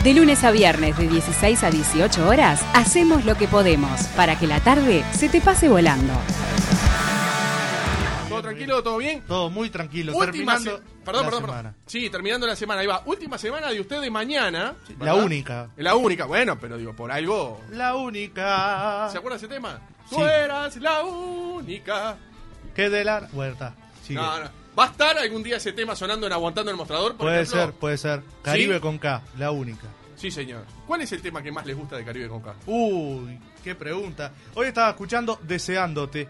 De lunes a viernes de 16 a 18 horas, hacemos lo que podemos para que la tarde se te pase volando. ¿Todo tranquilo? ¿Todo bien? Todo muy tranquilo. Terminando. Perdón. Semana. Sí, terminando la semana. Ahí va. Última semana de usted de mañana. La única. La única. Bueno, pero digo, por algo. La única. ¿Se acuerda ese tema? Sí. Tú eras la única. Que de la huerta. Sigue. No. ¿Va a estar algún día ese tema sonando en Aguantando el Mostrador? Por ejemplo? Puede ser. Caribe ¿Sí? con K, la única. Sí, señor. ¿Cuál es el tema que más les gusta de Caribe con K? Uy, qué pregunta. Hoy estaba escuchando Deseándote.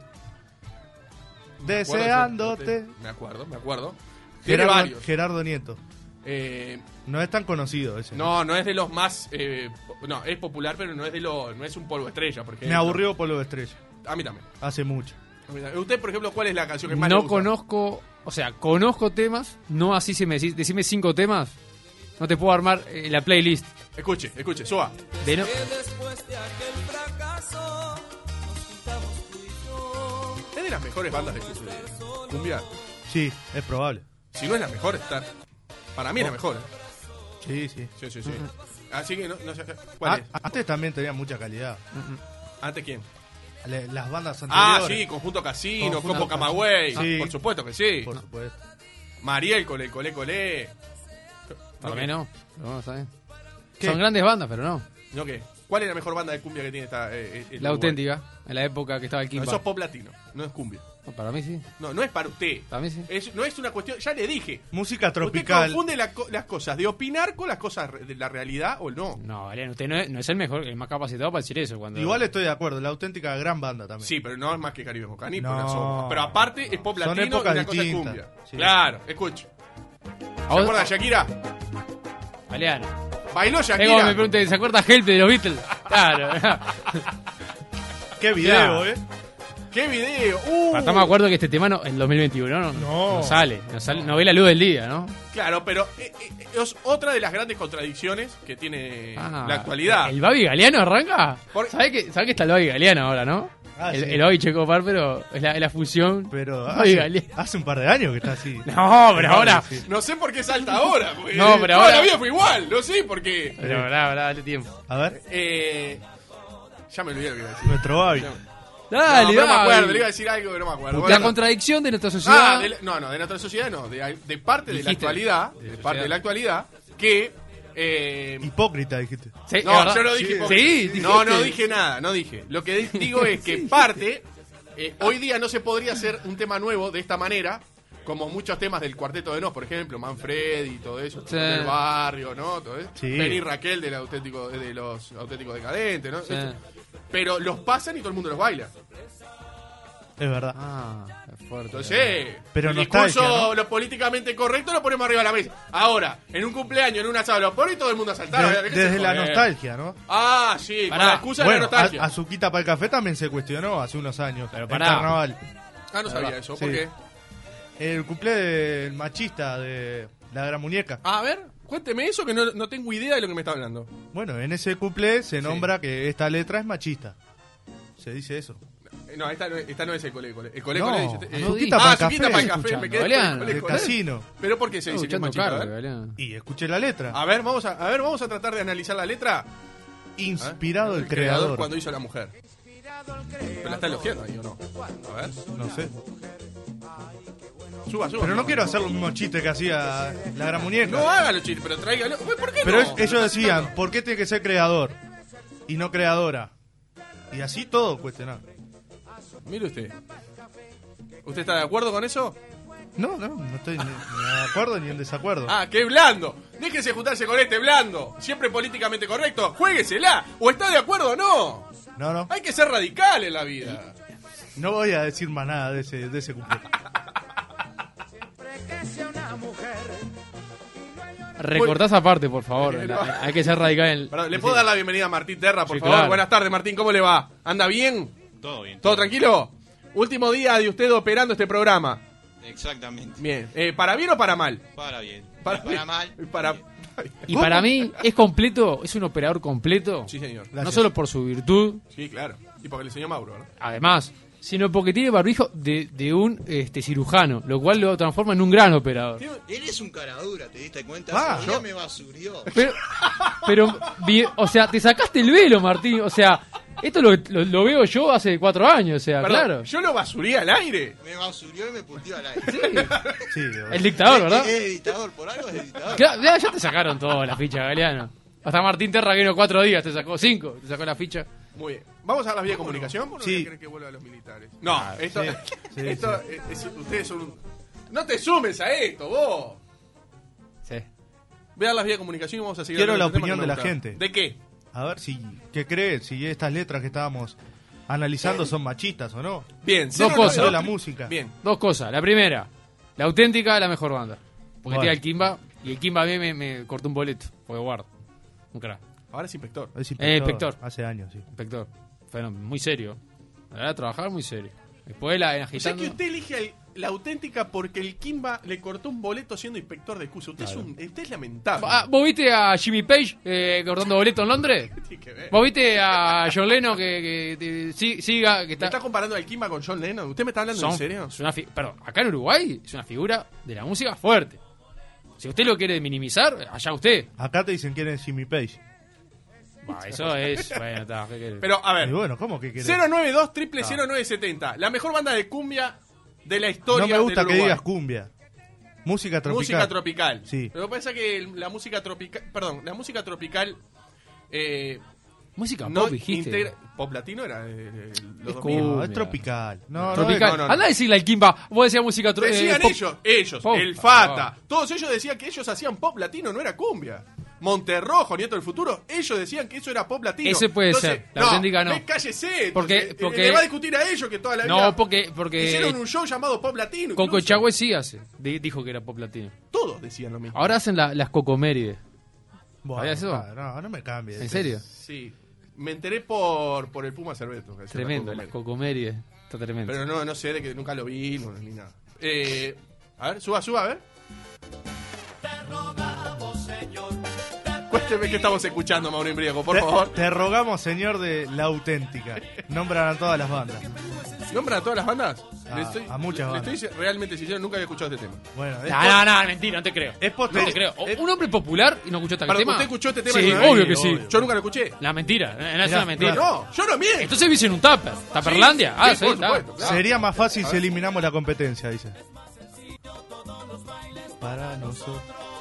Deseándote. Me acuerdo. Tiene varios. Gerardo Nieto. No es tan conocido ese. No es de los más... no, es popular, pero no es un polvo estrella, por ejemplo. Me aburrió Polvo de Estrella. A mí también. Hace mucho. Usted, por ejemplo, ¿cuál es la canción que más le No gusta? conozco, o sea, conozco temas, no así si me decís, decime 5 temas, no te puedo armar la playlist. Escuche, suba. De no, Es de las mejores bandas de cumbia. Sí, es probable. Si no es la mejor, está... Para mí es la mejor. Sí. Sí. Así que no sé... ¿Cuál es? Antes también tenía mucha calidad. ¿Antes quién? Las bandas anteriores. Sí, Conjunto Casino, Conjunto Copo Camagüey. Sí. Por supuesto que sí. Por supuesto. Mariel, Colé. para mí no, ¿sabes? ¿Qué? Son grandes bandas, pero no. ¿No qué? ¿Cuál es la mejor banda de cumbia que tiene esta... La auténtica, en la época que estaba el No, Kimba. eso es pop latino, no es cumbia. No, para mí sí, No es para usted. para mí sí. No es una cuestión... Ya le dije. Música Usted tropical. confunde las cosas de opinar con las cosas de la realidad o no. No, Galeano, usted no es el mejor, el más capacitado para decir eso. Cuando... Igual estoy de acuerdo. La auténtica gran banda también. Sí, pero no es más que Caribe con Cani, No. pero aparte es pop Son latino y épocas una cosa es distintas. cumbia. Sí. Claro, escuche. ¿A ¿Se vos- acuerda de Shakira? Galeano. ¿Bailó Es como Shakira? me pregunté, ¿se acuerda Help de los Beatles? Claro. Qué video, Claro. ¡Qué video! Estamos de acuerdo que este tema no, en 2021 no sale, no ve la luz del día, ¿no? Claro, pero es otra de las grandes contradicciones que tiene Ah, la actualidad. ¿El Babi Galeano arranca? Por- ¿Sabe que está el Babi Galeano ahora, no? Sí. El Babi Checopar, pero es la fusión. Pero Babi Galeano. hace un par de años que está así. No, pero ahora. Sí. No sé por qué salta ahora. Porque No, pero toda ahora- la vida fue igual. No sé por qué. Pero dale tiempo. A ver, Ya me olvidé lo que iba a decir. nuestro Babi. Dale, no me acuerdo. Babi. Le iba a decir algo que no me acuerdo. La Bueno. contradicción de nuestra sociedad. No, de nuestra sociedad no. De parte de la Dijiste. actualidad. De De sociedad. parte de la actualidad. Que... Hipócrita, dijiste. Sí, No, es verdad. yo no dije... Sí, no dijiste. dije nada, no dije. Lo que digo es que parte... hoy día no se podría hacer un tema nuevo de esta manera, como muchos temas del Cuarteto de Nos, por ejemplo, Manfredi y todo eso, Sí. del barrio, ¿no? Todo eso. Sí. Benny Raquel de los auténticos decadentes, ¿no? Sí. Pero los pasan y todo el mundo los baila. Es verdad. Ah, es fuerte. Entonces, Pero el nostalgia, discurso, ¿no? lo políticamente correcto lo ponemos arriba de la mesa. Ahora, en un cumpleaños, en un asado, lo pone y todo el mundo a saltar. Desde la nostalgia, ¿no? Ah, sí, con Pará. la excusa de Bueno, la nostalgia. Azuquita para el café también se cuestionó hace unos años. Pero en pará. carnaval. No sabía eso. ¿Por Sí. qué? El cumple del machista de la gran muñeca. A ver, cuénteme eso que no tengo idea de lo que me está hablando. Bueno, en ese cumple se nombra que esta letra es machista. Se dice eso. No, esta no es el Colé. El Colé No, dice... Azuquita para el Azuquita café. para el café. Escuchando, Me quedé Galeano. con el De Colé. casino. ¿Pero por qué se dice que es Escuchando machista? A Carlos, ver. Galeano. Y escuché la letra. A ver, vamos a tratar de analizar la letra. Inspirado el creador. Cuando hizo la mujer. Pero la está elogiando ahí, ¿o no? A ver, No sé. suba. Pero no quiero hacer los mismos chistes que hacía la gran muñeca. No haga los chistes, pero tráigalo. ¿Por qué Pero no? ellos decían, ¿por qué tiene que ser creador? Y no creadora. Y así todo cuestionado. Mire usted. ¿Usted está de acuerdo con eso? No estoy ni de acuerdo ni en desacuerdo. Ah, qué blando. Déjese juntarse con este blando. Siempre políticamente correcto. Juéguesela. O está de acuerdo o no. No, Hay que ser radical en la vida. no voy a decir más nada de ese cumple. Recortá esa parte, por favor. Hay que ser radical en... Perdón, ¿le puedo dar la bienvenida a Martín Terra, por Sí, favor? claro. Buenas tardes, Martín. ¿Cómo le va? ¿Anda bien? Todo bien. ¿Todo tranquilo? Último día de usted operando este programa. Exactamente. Bien. ¿Para bien o para mal? Para bien. Para, Para mal. Para... Y para mí es completo, es un operador completo. Sí, señor. Gracias. No solo por su virtud, Sí, claro. Y porque le enseñó Mauro, ¿no? además, sino porque tiene barbijo de un cirujano, lo cual lo transforma en un gran operador. Eres un caradura, ¿te diste cuenta? Ah, Me basurió. Pero, o sea, te sacaste el velo, Martín. O sea, esto lo veo yo hace 4 años, o sea, Perdón, claro. yo lo basuré al aire. Me basurió y me puteó al aire. Sí, El dictador, ¿verdad? Es editador, por algo es editador. Claro, ya te sacaron toda la ficha, Galeano. Hasta Martín Terragueno 4 días te sacó, 5, te sacó la ficha. Muy bien. ¿Vamos a las vías de comunicación? ¿Cómo no Sí. voy a querer que vuelvan los militares? No, esto, sí, esto ustedes son no te sumes a esto, vos. Sí. Vean las vías de comunicación y vamos a seguir Quiero hablando la de un tema opinión que de me la gusta. gente. ¿De qué? A ver ¿qué crees? Si estas letras que estábamos analizando son machistas o no. Bien, Dos cosas. De la música. Bien. 2 cosas. La primera, la auténtica, la mejor banda. Porque Bueno. tiene el Kimba, y el Kimba a mí me cortó un boleto, porque guardo. Un crack. Ahora es inspector. Es inspector. Hace años, sí. Inspector. Fenómeno, muy serio. La verdad, trabajar muy serio. Después la O sea agitando. que usted elige la auténtica porque el Kimba le cortó un boleto siendo inspector de CUSA. Usted, usted es lamentable. ¿Vos viste a Jimmy Page cortando boleto en Londres? ¿Qué tiene que ver? ¿Vos viste a John Lennon que siga, que ¿Me está... está comparando al Kimba con John Lennon? ¿Usted me está hablando en serio? es una perdón, acá en Uruguay es una figura de la música fuerte. Si usted lo quiere minimizar, allá usted. Acá te dicen quién es Jimmy Page. Bah, eso es... Bueno, está, ¿qué querés? Pero, a ver. Y bueno, ¿cómo que querés? 092 0970. La mejor banda de cumbia de la historia No me gusta del que Uruguay. digas cumbia. Música tropical. Música tropical. Sí. Lo que pasa es que la música tropical... Perdón, la música tropical... Música no pop, dijiste. integra... ¿Pop latino era? Los Es 2000. cool. No, es tropical. No, Tropical. no, no. Anda a decirle al Kimba. Vos decías música Decían pop. ellos, Pop. el Fata, todos ellos decían que ellos hacían pop latino, no era cumbia. Monterrojo, Nieto del Futuro, ellos decían que eso era pop latino. Ese puede ser, la auténtica no. Cállese, Porque- entonces, le va a discutir a ellos que toda la vida No, porque hicieron un show llamado pop latino. Coco incluso. Chagüe sí hace. Dijo que era pop latino. Todos decían lo mismo. Ahora hacen las Cocomérides. Bueno, ¿Sabías eso? no me cambies. ¿En serio? Sí, me enteré por el Puma Cerveto. que hacía Tremendo, la las Coco Cocomérides. Está tremendo. Pero no sé de que nunca lo vi ni nada. A ver, suba, a ver. Cuénteme qué estamos escuchando, Mauro Imbriago, por favor. Te rogamos, señor de La Auténtica. Nombran a todas las bandas. ¿Nombran a todas las bandas? A muchas bandas. Le estoy realmente sincero, nunca había escuchado este tema. Bueno, No, mentira, no te creo. es No te creo. Un hombre popular y no escuchó este Perdón, tema. ¿usted escuchó este tema Sí, alguna vez? obvio que Sí, sí. obvio. Yo nunca lo escuché. La mentira, no es Mirá, una mentira. No, yo no miento. Entonces viste en un tupper. ¿Tupperlandia? Sí, Ah, sí, sí, por está. supuesto, claro. Sería más fácil si eliminamos la competencia, dice. Para nosotros.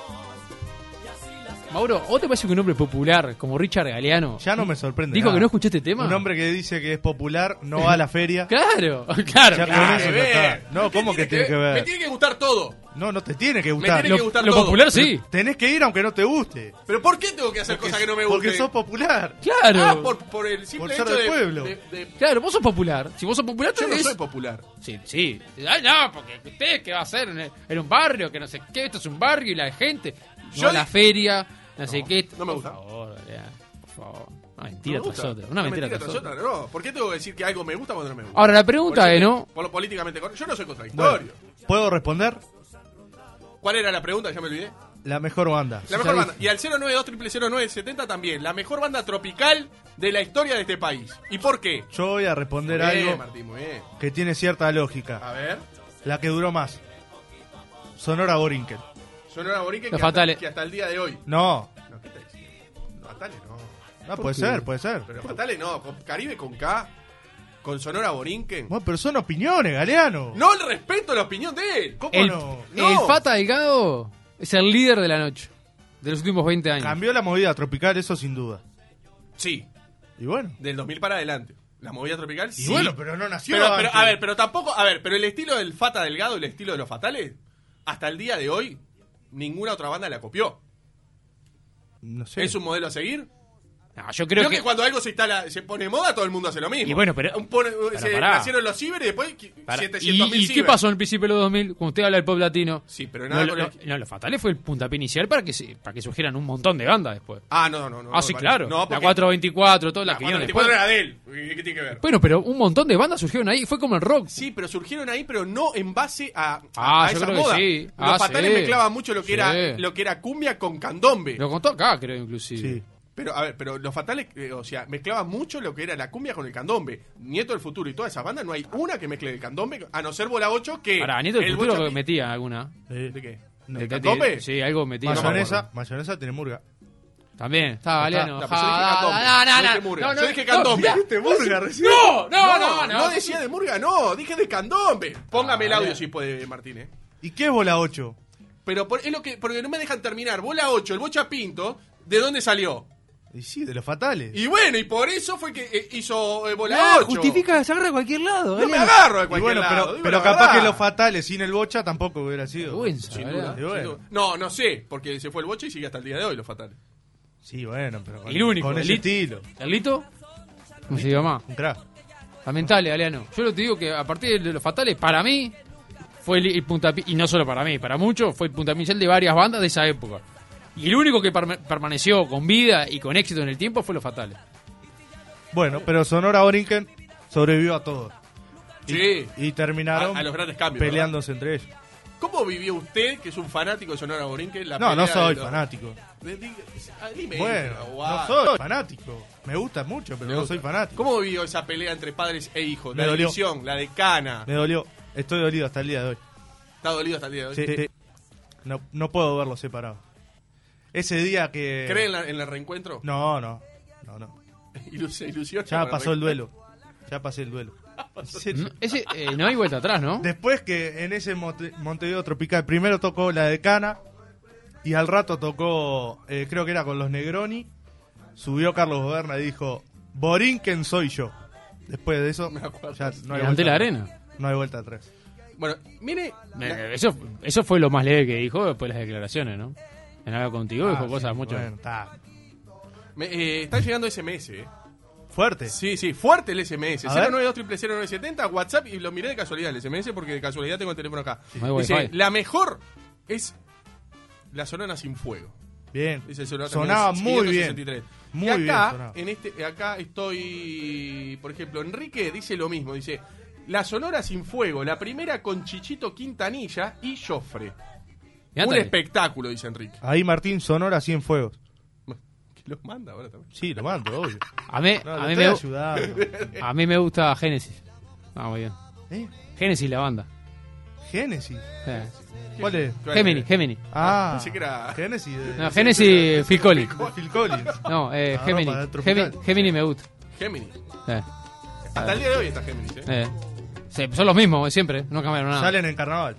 Mauro, ¿vos te parece que un hombre popular como Richard Galeano Ya no me sorprende. dijo nada. que no escuché este tema? Un hombre que dice que es popular, no va a la feria. Claro, claro. Ya claro. con eso Que ya ver. está. No, ¿cómo que tiene que ver? Me tiene que gustar todo. No te tiene que Me gustar. tiene que gustar Lo todo. popular sí. Tenés que ir aunque no te guste. Pero ¿por qué tengo que hacer cosas que no me gusten? Porque sos popular. Claro. Ah, por el simple Por ser hecho del pueblo. Claro, vos sos popular. Si vos sos popular, Yo no tenés- soy popular. Sí, sí. Ay, no, porque usted, ¿qué va a hacer en un barrio? Que no sé qué, esto es un barrio y la gente. Yo No, la feria, no sé qué. no me gusta. Por favor, Galeano, por favor. Una mentira No me tras gusta. otra. Una mentira tras otra. No, ¿por qué tengo que decir que algo me gusta cuando no me gusta? Ahora, la pregunta Por es, eso ¿no? Por lo políticamente correcto. Yo no soy contradictorio. Bueno, ¿puedo responder? ¿Cuál era la pregunta? Ya me olvidé. La mejor banda. La mejor banda. Y al 092 0970 también. La mejor banda tropical de la historia de este país. ¿Y por qué? Yo voy a responder Muy bien, algo Martín, muy bien. que tiene cierta lógica. A ver. La que duró más. Sonora Borinquen. Sonora Borinquen Los que Fatales. que hasta el día de hoy. No, No, ¿qué está diciendo? No, Fatales no. no puede ser, puede ser. Pero Fatales no. Con Caribe con K. Con Sonora Borinquen. Bueno, pero son opiniones, Galeano. No le respeto la opinión de él. ¿Cómo El, no? No. el Fata Delgado es el líder de la noche. De los últimos 20 años. Cambió la movida tropical, eso sin duda. Sí. Y bueno. Del 2000 para adelante. La movida tropical, sí. Y bueno, pero no nació Pero, antes. a ver, pero tampoco, pero el estilo del Fata Delgado y el estilo de los Fatales, hasta el día de hoy, ninguna otra banda la copió. No sé. ¿Es un modelo a seguir? No, yo creo Creo que. que cuando algo se pone de moda, todo el mundo hace lo mismo. Y bueno, pero- se pará. nacieron los ciber y después Para- 700.000 ¿Y qué ciber. pasó en el principio de los 2000? Cuando usted habla del pop latino. Sí, pero No, nada lo, con el- no, lo fatales fue el puntapié inicial para que surgieran un montón de bandas después. Ah, no. Ah, sí, me claro. parece. No, La porque 424, todas las la que vinieron 424 después. era de él. ¿Qué tiene que ver? Bueno, pero un montón de bandas surgieron ahí. Fue como el rock. Sí, pero surgieron ahí, pero no en base a Ah, yo esa creo que moda. sí. Los Ah, Fatales sí. mezclaban mucho lo que Sí. era cumbia con candombe. Lo contó acá, creo, inclusive. Sí. Pero, a ver, pero los Fatales, o sea, mezclaban mucho lo que era la cumbia con el candombe. Nieto del Futuro y todas esas bandas, no hay una que mezcle el candombe, a no ser Bola 8 que... Para Nieto del Futuro Bocha- que metía alguna. ¿De qué? No. ¿El candombe? Sí, algo metía. Mayonesa tiene murga. También, estaba Galeano. No, pero yo dije candombe, no dije murga. Yo dije candombe. ¿Dijiste murga recién? No decía de murga, no, dije de candombe. Póngame el audio si puede, Martínez. ¿Y qué es bola 8? Pero es lo que, porque no me dejan terminar. Bola 8, el Bocha Pinto, ¿de dónde salió? Y sí, de los Fatales. Y bueno, y por eso fue que hizo Bola 8. Justifica, se agarra a cualquier lado. No me agarro de Y cualquier bueno, lado. digo pero la capaz verdad. que los Fatales sin el Bocha tampoco hubiera sido. Vergüenza, Sin ¿verdad? duda, Y bueno. sin duda. No, no sé, porque se fue el Bocha y sigue hasta el día de hoy los Fatales. Sí, bueno, pero con, El único, con el ese hito. estilo. ¿Carlito? ¿Cómo se llama? Un crack. Lamentable, Galeano. Yo lo te digo que a partir de los Fatales, para mí, fue el puntapié, y no solo para mí, para muchos, fue el puntapié inicial de varias bandas de esa época. Y el único que permaneció con vida y con éxito en el tiempo fue los Fatales. Bueno, pero Sonora Borinquen sobrevivió a todo. Sí. Y terminaron A los grandes cambios. peleándose entre ellos. ¿verdad? ¿Cómo vivió usted, que es un fanático de Sonora Borinquen, la No, pelea no soy de los- fanático. Dime, Bueno, guau. no soy fanático. Me gusta mucho, pero Me no gusta. soy fanático. ¿Cómo vivió esa pelea entre padres e hijos? Me La dolió. división, la decana. Me dolió. Estoy dolido hasta el día de hoy. Está dolido hasta el día de hoy. Sí. No puedo verlos separados. Ese día que... ¿Cree en el reencuentro? No. Ilusión. Ya pasó el duelo. Ya pasé el duelo. En serio. No hay vuelta atrás, ¿no? Después que en ese Montevideo Tropical primero tocó la Decana y al rato tocó, creo que era con los Negroni, subió Carlos Goberna y dijo, Borinquen soy yo. Después de eso, Me acuerdo. ya no hay Ante la atrás. arena. No hay vuelta atrás. Bueno, mire. Eso fue lo más leve que dijo después de las declaraciones, ¿no? En algo contigo dijo Ah, cosas sí, mucho. bueno, está Están llegando SMS, fuerte. Sí, fuerte el SMS. A ver. 092-00970, WhatsApp, y lo miré de casualidad el SMS porque de casualidad tengo el teléfono acá. No hay Dice, wifi. la mejor es la Sonora sin fuego. Bien. Dice el celular Sonaba también, muy 563. bien. Muy y acá, bien sonaba. acá estoy, por ejemplo, Enrique dice lo mismo, dice, la Sonora sin fuego, la primera con Chichito Quintanilla y Joffre. Y Un Natalie. espectáculo, dice Enrique. Ahí Martín Sonora 100 fuegos. Que los manda ahora también. Sí, lo mando, obvio. A mí, No, a, lo mí estoy me, ayudando. a mí me gusta Génesis. Ah, muy bien. ¿Eh? Génesis, la banda. Génesis. Eh. ¿Cuál es? Gemini. Ah, Pensé que era- Génesis de, No, Génesis, Phil Collins. de Phil Collins. No, Gemini. Gemini. Gemini me gusta. Gemini. Eh. Hasta el día de hoy está Géminis, Sí, son los mismos de siempre, no cambiaron nada. Salen en carnaval.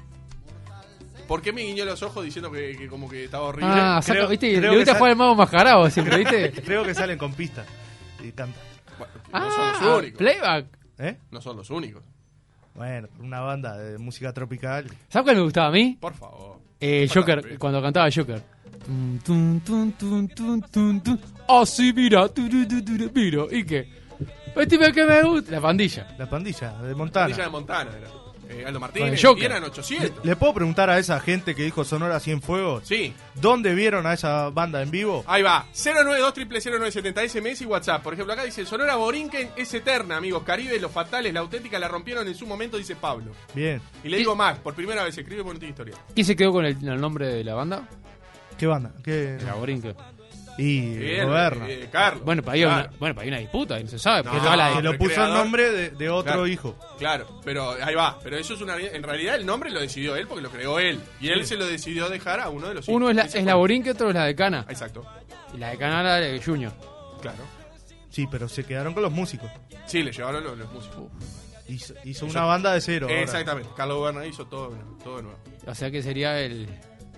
¿Por qué me guiñó los ojos diciendo que como que estaba horrible? Ah, saca, Creo- ¿viste? creo Le que gusta sal- jugar el mago mascarado siempre, ¿viste? Creo que salen con pista y cantan. Bueno, no son los únicos. Playback. ¿Eh? No son los únicos. Bueno, una banda de música tropical. ¿Sabes cuál me gustaba a mí? Por favor. Joker, cuando cantaba Joker. Tun, tun, tun, tun, tun, tun. Así mira, mira, ¿y qué? Vestime que me gusta. La pandilla. La pandilla de Montana. Villa de Montana era. Aldo Con Martínez. el Joker. Y eran 800. ¿Le puedo preguntar a esa gente que dijo Sonora 100 Fuegos? Sí. ¿Dónde vieron a esa banda en vivo? Ahí va. 092-00970 SMS y WhatsApp. Por ejemplo, acá dice Sonora Borinquen es eterna, amigos. Caribe, Los Fatales, La Auténtica la rompieron en su momento, dice Pablo. Bien. Y le digo más, por primera vez escribe bonita historia. ¿Quién se quedó con el nombre de la banda? ¿Qué banda? ¿Qué? La Borinque. Y Bien, Goberna. Carlos. Bueno, para ahí, claro. hay una disputa, y no se sabe. No, porque toda la- Que lo el puso el creador. nombre de otro Claro. hijo. Claro, pero ahí va. Pero eso es una. En realidad, el nombre lo decidió él porque lo creó él. Y él se lo decidió dejar a uno de los hijos. Uno es Ese la fue- Borinque, otro es la Decana. Exacto. Y la Decana era de Junior. Claro. Sí, pero se quedaron con los músicos. Sí, le llevaron los músicos. Hizo una banda de cero. ahora. Exactamente. Carlos Berna hizo todo de nuevo. O sea que sería el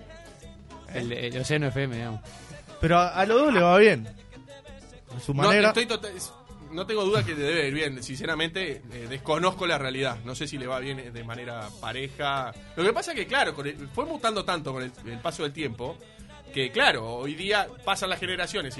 Océano FM, digamos. Pero a los dos le va bien. A su No, manera. no tengo duda que le debe ir bien. Sinceramente, desconozco la realidad. No sé si le va bien de manera pareja. Lo que pasa es que, claro, fue mutando tanto con el paso del tiempo que, claro, hoy día pasan las generaciones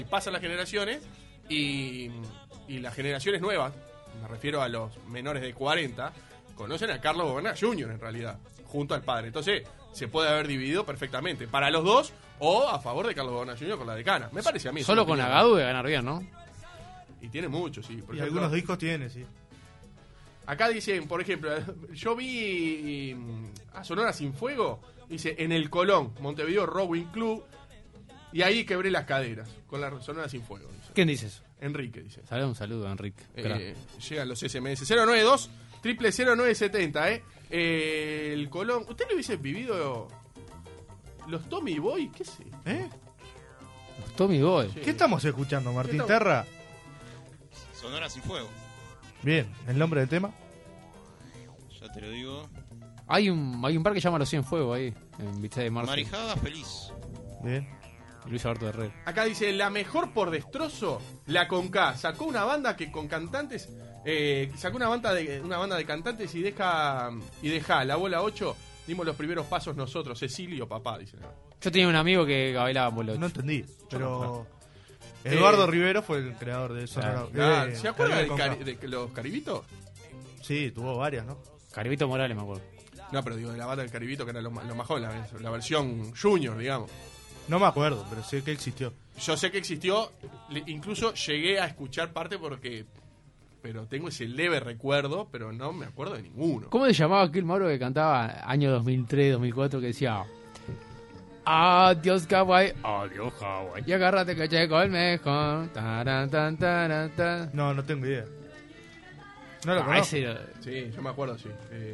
y las generaciones nuevas, me refiero a los menores de 40, conocen a Carlos Goberna Jr. en realidad, junto al padre. Entonces, se puede haber dividido perfectamente para los dos o a favor de Carlos Goberna Jr. con la Decana. Me parece a mí. Solo es con una opinión. Agadu de ganar bien, ¿no? Y tiene mucho, sí. Por Y ejemplo, algunos discos tiene, sí. acá dicen, por ejemplo, yo vi a Sonora Sin Fuego, dice, en el Colón, Montevideo Rowing Club, Y ahí quebré las caderas con la Sonora Sin Fuego. Dice. ¿Quién dice eso? Enrique dice. Un saludo a Enrique. Llegan los SMS 092 0970, el Colón. ¿Usted lo hubiese vivido los Tommy Boy? ¿Qué sé? Los Tommy Boy. Sí. ¿Qué estamos escuchando, Martín ¿Qué estamos- Terra? Sonora Sin Fuego. Bien, ¿el nombre del tema? Ya te lo digo. Hay un bar que llama Los 100 Fuego ahí, en Vista de Marzo. Marijada Feliz. Bien. Luis Alberto Herrera. Acá dice, la mejor por destrozo, la Conca. Sacó una banda que con cantantes, sacó una banda de cantantes y deja la bola 8. Dimos los primeros pasos nosotros, Cecilio, papá, dice. Yo tenía un amigo que bailaba boloche. No entendí, pero... no. Eduardo Rivero fue el creador de eso. Ah, ¿se acuerda de, Conca? de los Caribitos? Sí, tuvo varias, ¿no? Caribito Morales, me acuerdo. No, pero digo, de la banda del Caribito, que era lo más joven, la versión junior, digamos. No me acuerdo, pero sé que existió. Yo sé que existió, incluso llegué a escuchar parte pero tengo ese leve recuerdo, pero no me acuerdo de ninguno. ¿Cómo se llamaba aquel Mauro que cantaba año 2003, 2004 que decía adiós Hawaii, adiós Hawaii, y agárrate que llegó el mejor, taran, tan, taran, tan. No tengo idea. No lo Ah, conozco. ese era Sí, yo me acuerdo, sí.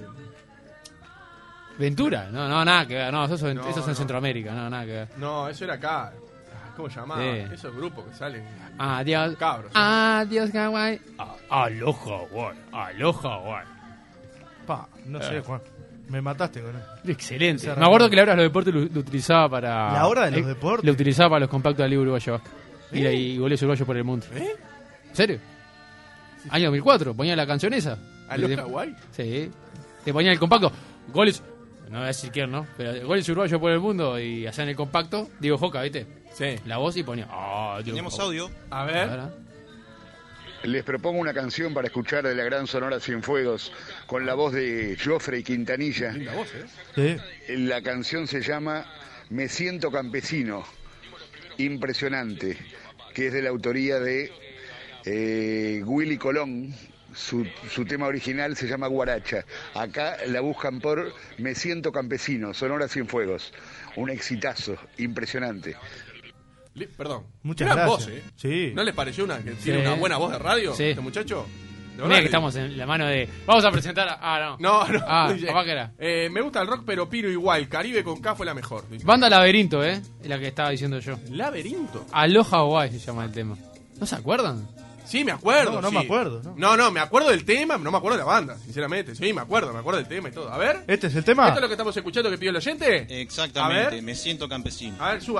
Ventura, no, nada que ver, no, eso es en No. Centroamérica, no, nada que ver. No, eso era acá. ¿Cómo se llamaba? Sí. Esos grupos que salen. Adiós, Cabros. adiós Hawaii, aloha Hawaii, aloha Hawaii. Pa, no sé, Juan. Me mataste con eso. Excelente. Ese Me acuerdo que la hora de los deportes lo utilizaba para... ¿La hora de los deportes? Lo utilizaba para los compactos de la Liga Uruguaya Vasca. Y goles uruguayos por el mundo. ¿Eh? ¿En serio? Año 2004, ponía la canción esa. ¿A los Hawaii? Sí. Te ponía el compacto. Goles... No voy a decir quién, ¿no? Pero goles uruguayos por el mundo y hacían el compacto. Digo, Joca, ¿viste? Sí. La voz y ponía... Dios, Tenemos Joca. audio. A ver. Ahora. Les propongo una canción para escuchar de la gran Sonora Cienfuegos con la voz de Joffrey Quintanilla. Linda voz, ¿eh? Sí. La canción se llama Me siento campesino. Impresionante. Que es de la autoría de Willy Colón. Su tema original se llama Guaracha. Acá la buscan por Me siento campesino, Sonora Cienfuegos. Un exitazo, impresionante. Perdón. Muchas Gran gracias. voz, ¿eh? Sí. ¿No les pareció que tiene una buena voz de radio Sí. este muchacho? De Mira verdad que estamos en la mano de... Vamos a presentar a... no. No. Dice, capaz que era. me gusta el rock, pero Piro igual. Caribe con K fue la mejor. Dice. Banda Laberinto, Es la que estaba diciendo yo. Laberinto. Aloha Hawaii se llama el tema. ¿No se acuerdan? Sí, me acuerdo. No sí. me acuerdo, ¿no? No, me acuerdo del tema, no me acuerdo de la banda, sinceramente. Sí, me acuerdo del tema y todo. A ver. ¿Este es el tema? ¿Esto es lo que estamos escuchando que pidió el oyente? Exactamente, A ver. Me siento campesino. A ver, suba.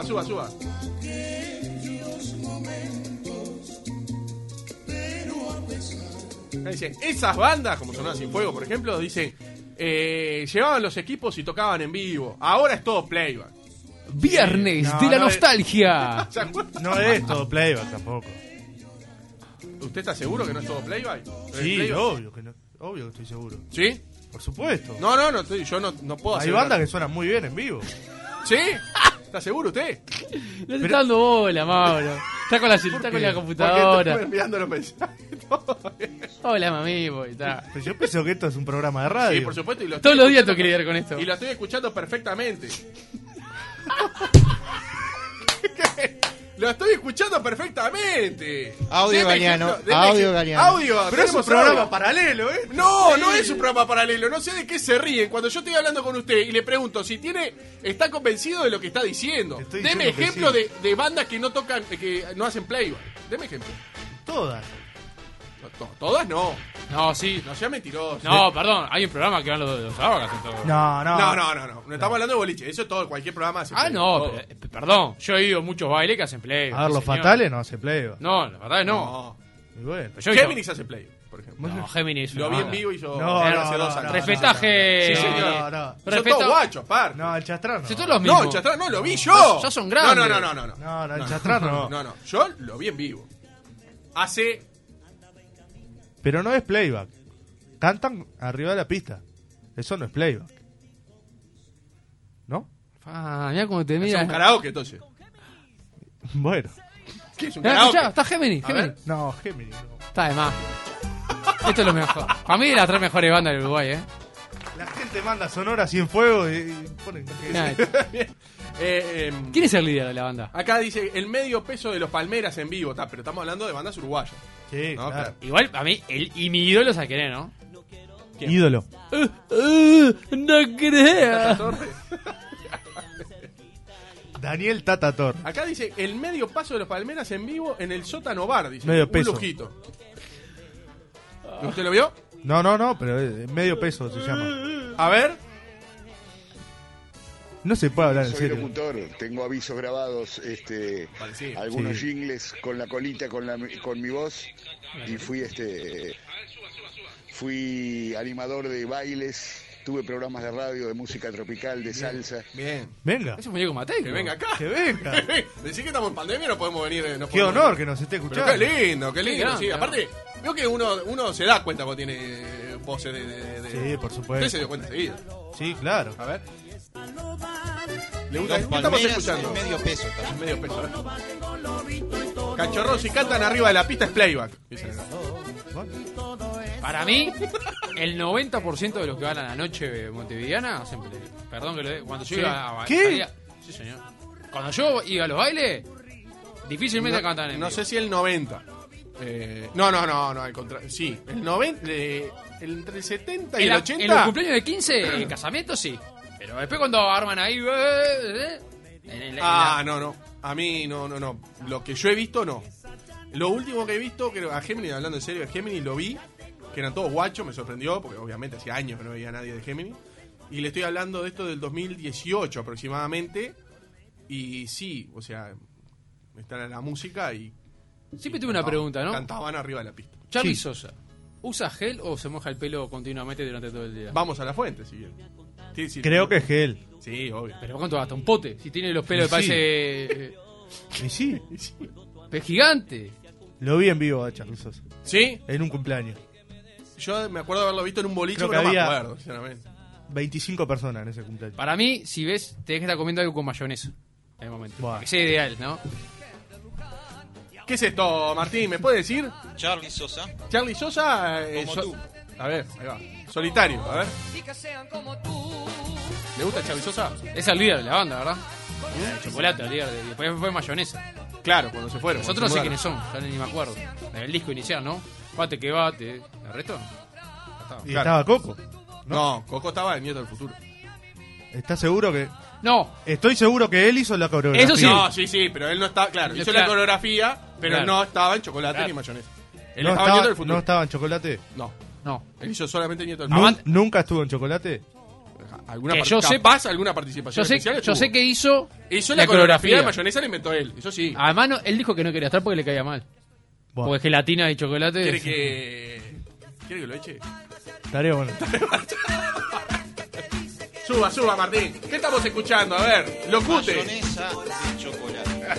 Dicen, esas bandas, como Sonora Sin Fuego, por ejemplo, dicen, llevaban los equipos y tocaban en vivo. Ahora es todo playback. Viernes No, de la no nostalgia. ¿Se acuerdan? No es todo playback tampoco. ¿Usted está seguro que no es todo playback? ¿Es Sí, playback? obvio que estoy seguro. ¿Sí? Por supuesto. No, yo no puedo Hay asegurar. bandas que suenan muy bien en vivo. ¿Sí? ¿Está seguro usted? No te está dando bola, Mauro. Está con la, está con la Porque computadora. estoy enviando los mensajes. Hola, mami. Boy, está. Pero yo pienso que esto es un programa de radio. Sí, por supuesto. Y lo Todos estoy los días tengo escuchando- que lidiar con esto. Y lo estoy escuchando perfectamente. Lo estoy escuchando perfectamente. Audio Deme Galeano, ejemplo, deme audio ej- Galeano. Audio, Pero es un tenemos programa audio. paralelo, ¿eh? No es un programa paralelo. No sé de qué se ríen. Cuando yo estoy hablando con usted y le pregunto si está convencido de lo que está diciendo. Estoy Deme diciendo que ejemplo sí. de bandas que no tocan, que no hacen playback. Deme ejemplo. Todas. Todas no. No, sí. No sea mentiroso. No, perdón. Hay un programa que van los sábados. hacen todo. No. No estamos hablando de boliche. Eso es todo, cualquier programa hace Ah, playback, no. todo. Perdón. Yo he ido a muchos bailes que hacen play. A ver, los señor. fatales no hace playback. No, los fatales no. No. Y bueno. Pero yo he visto- Géminis hace playback, por ejemplo. No, Géminis. Lo vi en vivo y yo No, hace 2 años. Respetaje. Sí, señor. No. Son Respeta- todos guachos, par. No, el chastrán no. Si todos los No, mismos. el Chastrán no, lo vi yo. Ya son grandes. No, No, el chastrán no. No, yo lo vi en vivo. Hace... Pero no es playback. Cantan arriba de la pista. Eso no es playback. ¿No? Mira cómo te Es mira. un karaoke, entonces. Bueno. ¿Qué es un Mirá, karaoke? escuchá, está Géminis. A ver. Géminis. No, Gemini. No. Está de más. Esto es lo mejor. Para mí, de las 3 mejores bandas del Uruguay, La gente te manda Sonora Cienfuegos y ponen... ¿Quién es el líder de la banda? Acá dice el medio peso de los Palmeras en vivo, pero estamos hablando de bandas uruguayas. Sí, No, claro. Igual, a mí, y mi ídolo es Aquené, ¿no? ¿Quién? Ídolo. No creas. Torre. Daniel Tatator. Acá dice el medio paso de los Palmeras en vivo en el sótano bar, dice. Medio Un peso. lujito. ¿Usted lo vio? No, pero medio peso se llama. A ver. No se puede hablar en Soy serio. locutor, tengo avisos grabados, Vale, sí. algunos Sí. jingles con la colita, con mi voz, y fui animador de bailes, tuve programas de radio, de música tropical, de salsa. Bien. Venga, Es un muñeco Matei. Que venga acá. que venga. Decir que estamos en pandemia no podemos venir. No Qué podemos honor venir. que nos esté Pero escuchando. qué lindo, qué lindo. grande, Sí, ¿no? aparte, veo que uno se da cuenta cuando tiene voces de... Sí, por supuesto. Usted se dio cuenta enseguida. Sí, claro. A ver. ¿Le gusta? Los ¿Qué estamos Palmeras escuchando? en medio peso también. Medio peso, ¿eh? Cachorros, si cantan arriba de la pista es playback. Dicen acá. Para mí, el 90% de los que van a la noche montevideana hacen playback. Perdón que lo de, cuando yo iba a ¿Qué? sí, señor. Cuando yo iba a los bailes, difícilmente cantan en No vivo. sé si el 90. No, al contrario. Sí, el 90. Entre el 70 y En, el la- 80. en los cumpleaños de 15, el casamiento sí. Pero después cuando arman ahí... No. A mí no. Lo que yo he visto, no. Lo último que he visto, creo, a Gemini, hablando en serio, de Gemini lo vi, que eran todos guachos, me sorprendió, porque obviamente hacía años que no veía a nadie de Gemini. Y le estoy hablando de esto del 2018 aproximadamente. Y sí, o sea, están en la música y. Siempre tuve una pregunta, ¿no? Cantaban arriba de la pista. Charly Sí. Sosa, ¿usa gel o se moja el pelo continuamente durante todo el día? Vamos a la fuente, si quieren. Sí, Creo que es gel. Sí, obvio. Pero ¿cuánto gasta? ¿Un pote? Si tiene los pelos, Sí. parece... Y sí, Es gigante. lo vi en vivo a Charly Sosa. ¿Sí? En un cumpleaños. Yo me acuerdo de haberlo visto en un boliche, Creo pero que no me había- acuerdo, sinceramente. 25 personas en ese cumpleaños. Para mí, si ves, tenés que estar comiendo algo con mayonesa. En el momento. Buah. Que sea ideal, ¿no? ¿Qué es esto, Martín? ¿Me puede decir? Charly Sosa. Charly Sosa. Como tú. A ver, ahí va. Solitario, a ver. ¿Le gusta Charly Sosa? Es el líder de la banda, ¿verdad? Chocolate, el líder. Después fue mayonesa. Claro, cuando se fueron. Nosotros no sé cuando se quiénes son, ya ni me acuerdo. En el disco inicial, ¿no? Bate que bate. ¿El resto? Y Claro. estaba Coco. mudaron. No, Coco estaba en Nieto del Futuro. ¿Estás seguro que.? No, Estoy seguro que él hizo la coreografía. Eso sí. No, sí, pero él no estaba. Claro, hizo Claro. la coreografía, pero Claro. no estaba en chocolate Claro. ni mayonesa. Él No estaba en estaba, Nieto del Futuro. no estaba en chocolate. No, no. él hizo solamente Nieto del Nu- Futuro. ¿Nunca estuvo en chocolate? ¿Alguna Que par- yo capaz sepa- alguna participación Yo sé, especial yo estuvo. sé que hizo Hizo la coreografía de mayonesa, la inventó él. Eso sí. Además, él dijo que no quería estar porque le caía mal. Buah, Porque gelatina y chocolate. ¿Quiere que lo eche? estaría bueno. Suba, Martín. ¿Qué estamos escuchando? A ver, locute. Mayonesa de chocolate.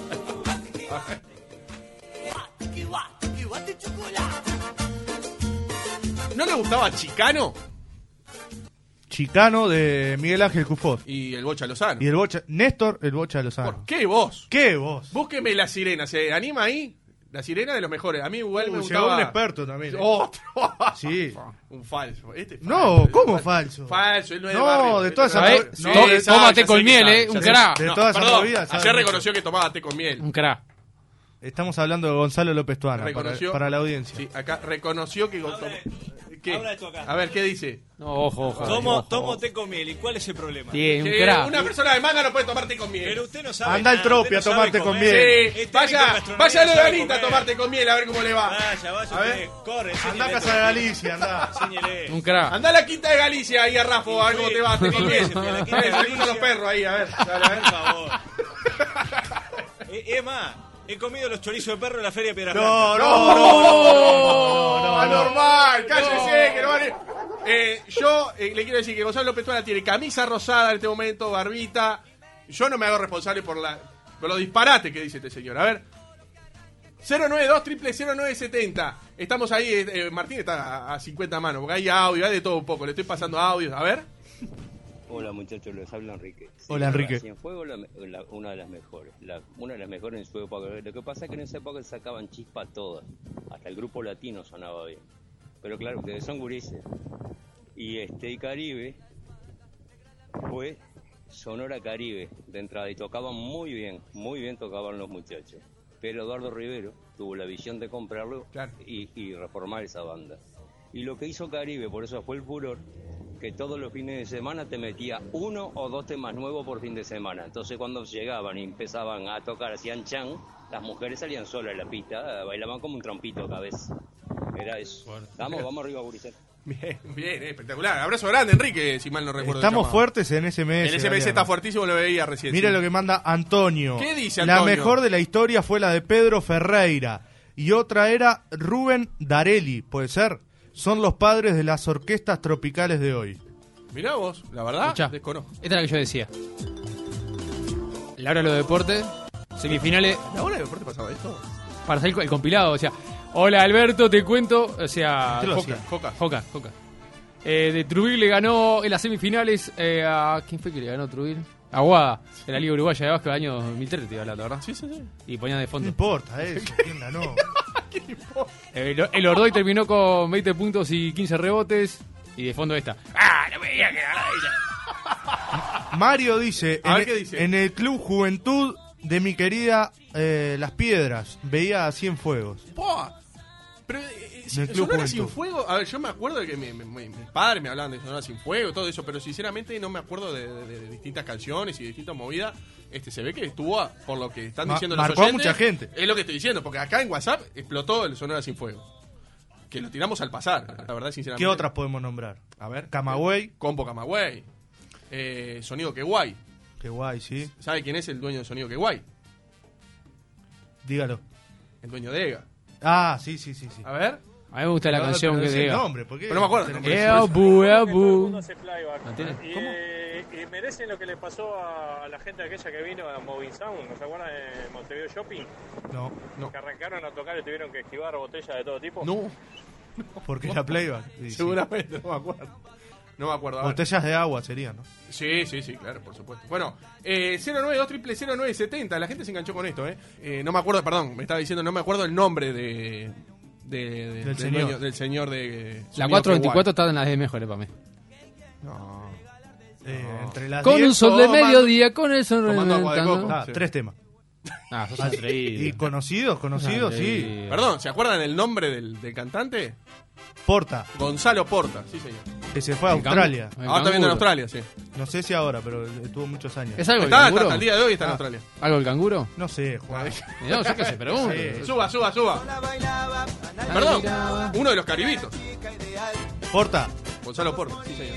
¿No le gustaba Chicano? Chicano de Miguel Ángel Cufós. Y el Bocha Lozano. Y el Bocha. Néstor, el Bocha Lozano. ¿Por qué vos? ¿Qué vos? Búsqueme La Sirena. ¿Se anima ahí? La Sirena de los mejores. A mí igual me Llegó gustaba... un experto también. Otro. Sí. Un falso. Este es No, falso. ¿cómo falso? Falso, él no es de No, barrio. de todas esas ¿Sabés? movidas. Sí, No, To- sabe, tómate ya con sé que miel, sabe, un ya sé. crack. De No, todas esas perdón, movidas, sabe ayer mucho. reconoció que tomaba té con miel. Un crack. Estamos hablando de Gonzalo López Tuana Reconoció. para la audiencia. Sí, acá reconoció que... ¿Qué? Habla esto acá. A ver, ¿qué dice? No, ojo. Tomo té con miel. ¿Y cuál es el problema? Bien, un Que crack. una persona de manga no puede tomar té con miel. Pero usted no sabe. Anda al nada, Tropi usted a no sabe tomarte con comer. miel. Sí, Es técnico vaya en gastronomía, a no sabe Leonita a comer. tomarte con miel a ver cómo le va. Vaya A usted. ver. Corre, Anda a enséñele Casa de todo. Galicia, anda. Enséñele. Un crack. Anda a la quinta de Galicia ahí a Rafo a ver cómo te va, té con miel. Sí, fui a la A quinta de ver, saludos a los Galicia. perros ahí, a ver. Dale, a ver. Por favor. Es más, he comido los chorizos de perro en la feria de Piedras No, Blancas. no. Anormal, cállese, que no vale. Yo le quiero decir que Gonzalo López Tuana tiene camisa rosada en este momento, barbita. Yo no me hago responsable por los disparates que dice este señor. A ver. 092-00970. Estamos ahí, Martín está a 50 manos, porque hay audio, hay de todo un poco. Le estoy pasando audio. A ver. Hola muchachos, les habla Enrique. Sí, Hola, Enrique. Cienfuegos, una de las mejores. Una de las mejores en su época. Lo que pasa es que en esa época sacaban chispa todas. Hasta el grupo latino sonaba bien. Pero claro, ustedes son gurises. y Caribe fue Sonora Caribe de entrada y tocaban muy bien tocaban los muchachos. Pero Eduardo Rivero tuvo la visión de comprarlo y reformar esa banda. Y lo que hizo Caribe, por eso fue el furor, que todos los fines de semana te metía 1 o 2 temas nuevos por fin de semana. Entonces cuando llegaban y empezaban a tocar, hacían chan, las mujeres salían solas en la pista, bailaban como un trompito cada vez. Era eso. Bueno. Vamos arriba, Gurizet. Bien, espectacular. Abrazo grande, Enrique, si mal no recuerdo. Estamos fuertes en SMS. El SMS está fuertísimo, lo veía recién. Mira lo que manda Antonio. ¿Qué dice Antonio? La mejor de la historia fue la de Pedro Ferreira. Y otra era Rubén Darelli, ¿puede ser? Son los padres de las orquestas tropicales de hoy. Mirá vos, la verdad, Escuchá, desconozco. esta es la que yo decía. La hora de los deportes, semifinales. ¿La hora de deporte pasaba esto? Para hacer el compilado, o sea, hola Alberto, te cuento, o sea, ¿Qué lo Foca. De Trujillo le ganó en las semifinales a... ¿Quién fue que le ganó Trujillo? Aguada, en la Liga Uruguaya de Básquet del año 2003, te iba hablando, ¿verdad? Sí. Y ponían de No fondo. importa eso, ¿quién ganó? El Ordoy terminó con 20 puntos y 15 rebotes. Y de fondo esta. ¡Ah! No me digas que ganó ella. Mario dice, A ver qué dice. en el Club Juventud de mi querida Las Piedras, veía a Cienfuegos. ¡Pua! Pero Del Club Sonora Juventud. Sin Fuego, a ver, yo me acuerdo de que mis padres me hablaban de Sonora Sin Fuego y todo eso, pero sinceramente no me acuerdo de distintas canciones y de distintas movidas. Se ve que estuvo, por lo que están diciendo los marcó a oyentes, mucha gente. Es lo que estoy diciendo, porque acá en WhatsApp explotó el Sonora Sin Fuego. Que lo tiramos al pasar, la verdad, sinceramente. ¿Qué otras podemos nombrar? A ver. Camagüey. Compo Camagüey. Sonido Que Guay. Qué guay, sí. ¿Sabe quién es el dueño de Sonido Que Guay? Dígalo. El dueño de EGA. Ah, sí. A ver. A mí me gusta la No, canción pero que decí el diga. nombre, ¿por qué? Pero no me acuerdo el nombre. Eabu. ¿No tiene? Y merecen lo que le pasó a la gente aquella que vino a Moving Sound, ¿no se acuerdan de Montevideo Shopping? No, Que arrancaron a tocar y tuvieron que esquivar botellas de todo tipo. No, porque era playback. Sí, sí. seguramente, no me acuerdo. No me acuerdo. A ver. Botellas de agua serían, ¿no? Sí, claro, por supuesto. Bueno, 092000970, la gente se enganchó con esto, no me acuerdo, perdón, me estaba diciendo, no me acuerdo el nombre del señor. dueño, del señor de... La Sonido 424 está en las de mejores para mí. No. Entre las Con 10 un sol de tomando- mediodía, con el sol tomando agua de reventando. coco. Ah, Sí. 3 temas. Ah, sos Y increíble. conocidos, sí. Perdón, ¿se acuerdan el nombre del cantante? Porta, Gonzalo Porta, sí señor. que se fue a El Australia. canguro. Ahora está viendo en canguro. Australia, sí. No sé si ahora, pero estuvo muchos años. ¿Es algo del Está canguro? hasta el día de hoy está en Ah. Australia. ¿Algo del canguro? No sé, Juan. No, yo qué sé, pregunto. Sí. Suba. Perdón, uno de los caribitos. Porta, Gonzalo Porta, sí señor.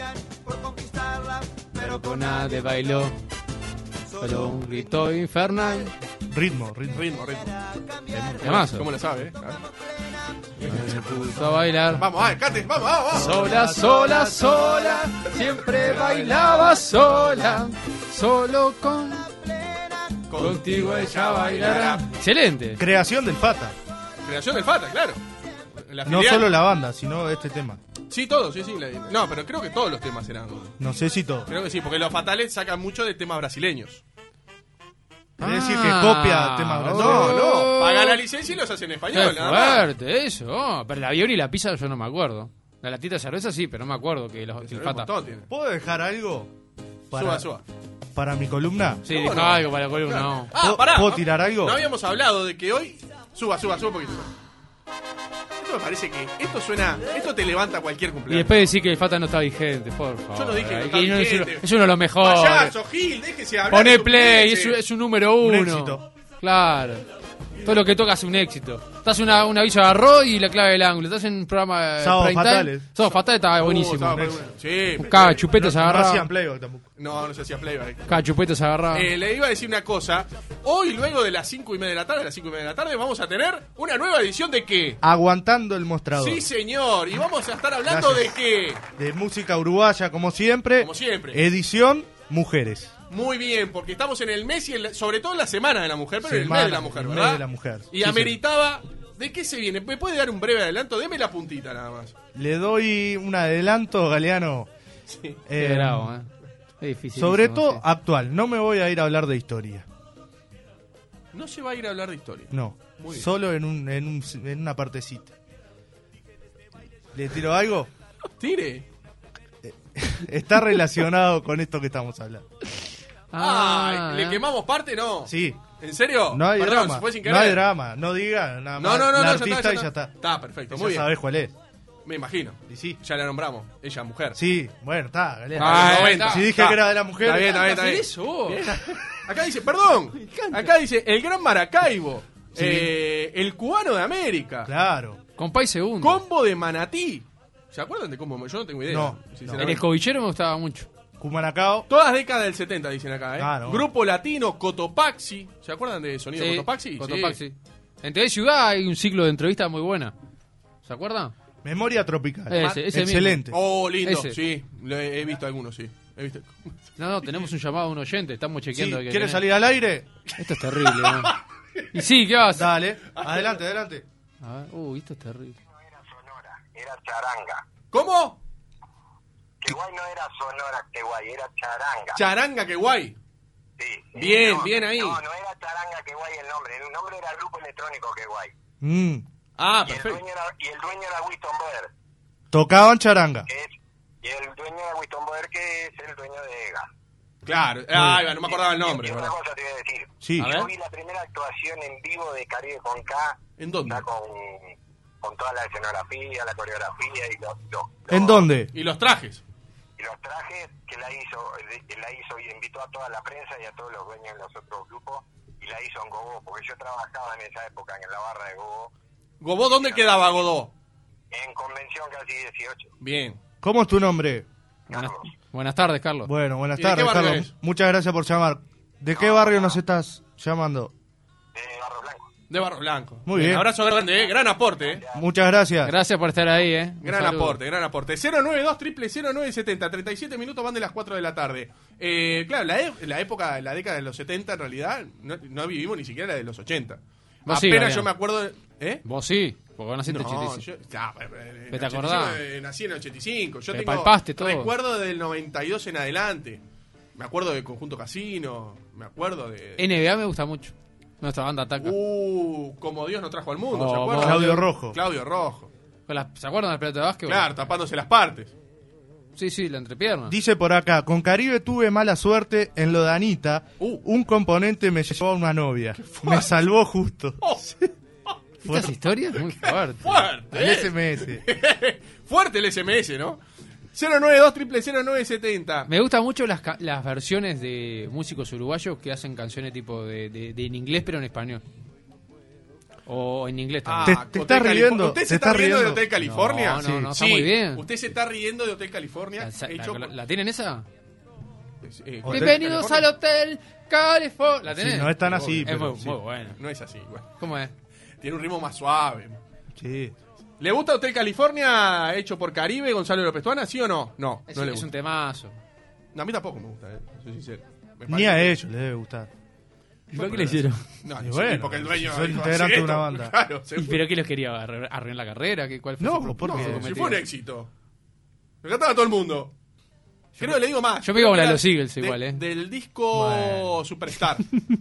Pero con nada de bailó. Solo un grito infernal. ritmo. Ritmo. Temazo. ¿Cómo lo sabe? Se puso a bailar. Vamos, Cate, vamos. Sola. Siempre bailaba sola. Solo contigo ella bailará. Excelente. creación del Fata. Creación del Fata, claro. La No filial. solo la banda, sino este tema. Sí, todos, sí. No, pero creo que todos los temas eran. No sé si todo. Creo que sí, porque los Fatales sacan mucho de temas brasileños. Quiere decir que copia temas brasileños. No, pagan la licencia y los hacen en español, Qué nada más. fuerte eso. Oh, pero el avión y la pizza yo no me acuerdo. La latita de cerveza sí, pero no me acuerdo que los Sí, el un Fata. montón tiene. ¿Puedo dejar algo para, Suba. para mi columna? Sí, ¿Cómo deja no? algo para la columna. Claro. No. Ah, pará. ¿Puedo tirar algo? No habíamos hablado de que hoy. Suba un poquito. Esto me parece que. Esto te levanta cualquier Y cumpleaños. después decir que el Fata no está vigente, por favor. Yo no dije que Ay, está no es vigente. es uno de los mejores. Payaso, Gil, déjese hablar. Poné de su play, cliente. es un número Un uno. éxito. Claro. Todo lo que toca es un éxito. Estás en un aviso de arroz y la clave del ángulo. Estás en un programa Sábados prime time. Fatales. Sábados Fatales estaba buenísimo. Estaba muy bueno. Sí. Cada chupeta se No agarraba. hacían playback tampoco. No se hacía playback. Cada chupeta se agarraba. Le iba a decir una cosa. Hoy, luego de las 5:30 de la tarde, vamos a tener una nueva edición de ¿qué? Aguantando el mostrador. Sí, señor. Y vamos a estar hablando Gracias. de ¿qué? De música uruguaya, como siempre. Como siempre. Edición Mujeres. Muy bien, porque estamos en el mes y sobre todo en la Semana de la Mujer, pero en el mes de la Mujer, el mes ¿verdad? de la mujer. Y Sí, ameritaba... ¿De qué se viene? ¿Me puede dar un breve adelanto? Deme la puntita nada más. Le doy un adelanto, Galeano. Sí. Qué bravo, Es difícil. Sobre todo actual. No me voy a ir a hablar de historia. No se va a ir a hablar de historia. No. Muy bien. Solo en una partecita. ¿Le tiro algo? Tire. está relacionado con esto que estamos hablando. ¿Le quemamos parte? No. Sí. ¿En serio? No hay Perdón, drama. fue sin No querer. hay drama. No diga nada más. No, la ya artista está, y ya está. Está perfecto, Ya muy bien. sabés cuál es. Me imagino. Y sí. Ya la nombramos. Ella, mujer. Sí, bueno, está. Ah, 90. Si dije que era de la mujer. Está bien, está bien. eso, vos? Acá dice, perdón. Acá dice, el gran Maracaibo. Sí. El cubano de América. Claro. Compay segundo. Combo de Manatí. ¿Se acuerdan de Combo? Yo no tengo idea. No, sinceramente. El escobillero me gustaba mucho. Cumanacao. Todas décadas del 70, dicen acá, ¿eh? Claro. Grupo Latino, Cotopaxi. ¿Se acuerdan de Sonido Cotopaxi? Cotopaxi. En TV Ciudad hay un ciclo de entrevistas muy buena. ¿Se acuerdan? Memoria tropical. Ese Excelente. Oh, lindo. Ese. Sí, he visto algunos, sí. He visto. No, tenemos un llamado a un oyente. Estamos Sí, chequeando. que ¿quieres viene. salir al aire? Esto es terrible, ¿no? Y sí, ¿qué vas? Dale. Adelante, adelante. A ver, esto es terrible. Era charanga. ¿Cómo? Que guay no era Sonora, que guay, era charanga. Charanga, qué guay. Sí. Bien, No, bien ahí. No era charanga, que guay el nombre era grupo electrónico, que guay. Ah, Y el perfecto. dueño era Winston Boer. Tocaban charanga. Y el dueño era Winston Boer, que es el dueño de EGA. Claro. No me acordaba el nombre. Y otra ¿verdad? cosa te voy a decir. Sí. A ver. Yo vi la primera actuación en vivo de Caribe con K. ¿En dónde? Ya con toda la escenografía, la coreografía y ¿En dónde? Y los trajes. y los trajes que la hizo y invitó a toda la prensa y a todos los dueños de los otros grupos y la hizo en Gogó, porque yo trabajaba en esa época en la barra de Gogó, ¿Gobó dónde quedaba Godó? en Convención casi 18. Bien. ¿Cómo es tu nombre? Buenas tardes, Carlos. Bueno, buenas ¿Y de qué tardes, barrio Carlos. es? Muchas gracias por llamar. ¿De qué barrio nos estás llamando? De Barro Blanco. De Barro Blanco. Muy bien. Abrazo grande, gran aporte, Muchas gracias. Gracias por estar ahí, Un Gran saludo. aporte, gran aporte. 092-000970, 37 minutos van de las 4 de la tarde. Claro, la época, la década de los 70 en realidad no vivimos ni siquiera la de los 80. Vos sí, Apenas Mariano. yo me acuerdo de... ¿Eh? Vos sí, porque vos naciste en No, 85. ¿Te ¿Te acordás? Nací en el 85. Yo Te tengo palpaste todo. recuerdo del 92 en adelante. Me acuerdo de Conjunto Casino, me acuerdo de... NBA me gusta mucho. Nuestra banda ataca. Como Dios nos trajo al mundo, Oh, ¿se acuerdan? Claudio Rojo. Claudio Rojo. ¿Se acuerdan del pelota de básquet? Claro, tapándose las partes. Sí, la entrepierna. Dice por acá, con Caribe tuve mala suerte en lo de Anita. Un componente me llevó a una novia. Me salvó justo. ¿Estas historias? Muy fuerte. ¡Fuerte! El SMS. Fuerte el SMS, ¿no? 092-000970. Me gustan mucho las versiones de músicos uruguayos que hacen canciones tipo de en inglés pero en español. O en inglés también. Te estás riendo. ¿Usted te se está estás riendo de riendo. Hotel California? No, está muy bien. ¿Usted se está riendo de Hotel California? ¿La tienen esa? Hotel Bienvenidos al Hotel California. ¿La tenés? Sí, no es tan así, Es pero muy, sí. muy buena. No es así, igual. ¿Cómo es? Tiene un ritmo más suave. Sí. ¿Le gusta Hotel California hecho por Caribe, Gonzalo López Tuana? ¿Sí o no? No, Es, no le es gusta. un temazo. No, a mí tampoco me gusta, soy sincero. Me Ni parece a que- ellos les debe gustar. ¿Y por qué le hicieron? No, Y sí, bueno, porque el dueño soy dijo, integrante "Hace de una esto". banda. Claro, ¿Y seguro. pero qué los quería? ¿Arruinar la carrera? ¿Cuál fue No, su ¿por qué? No, si cometido? fue un éxito. Lo cantaba todo el mundo. Creo que le digo más. Yo me iba con la Creo de los que era Eagles igual, Del disco Superstar.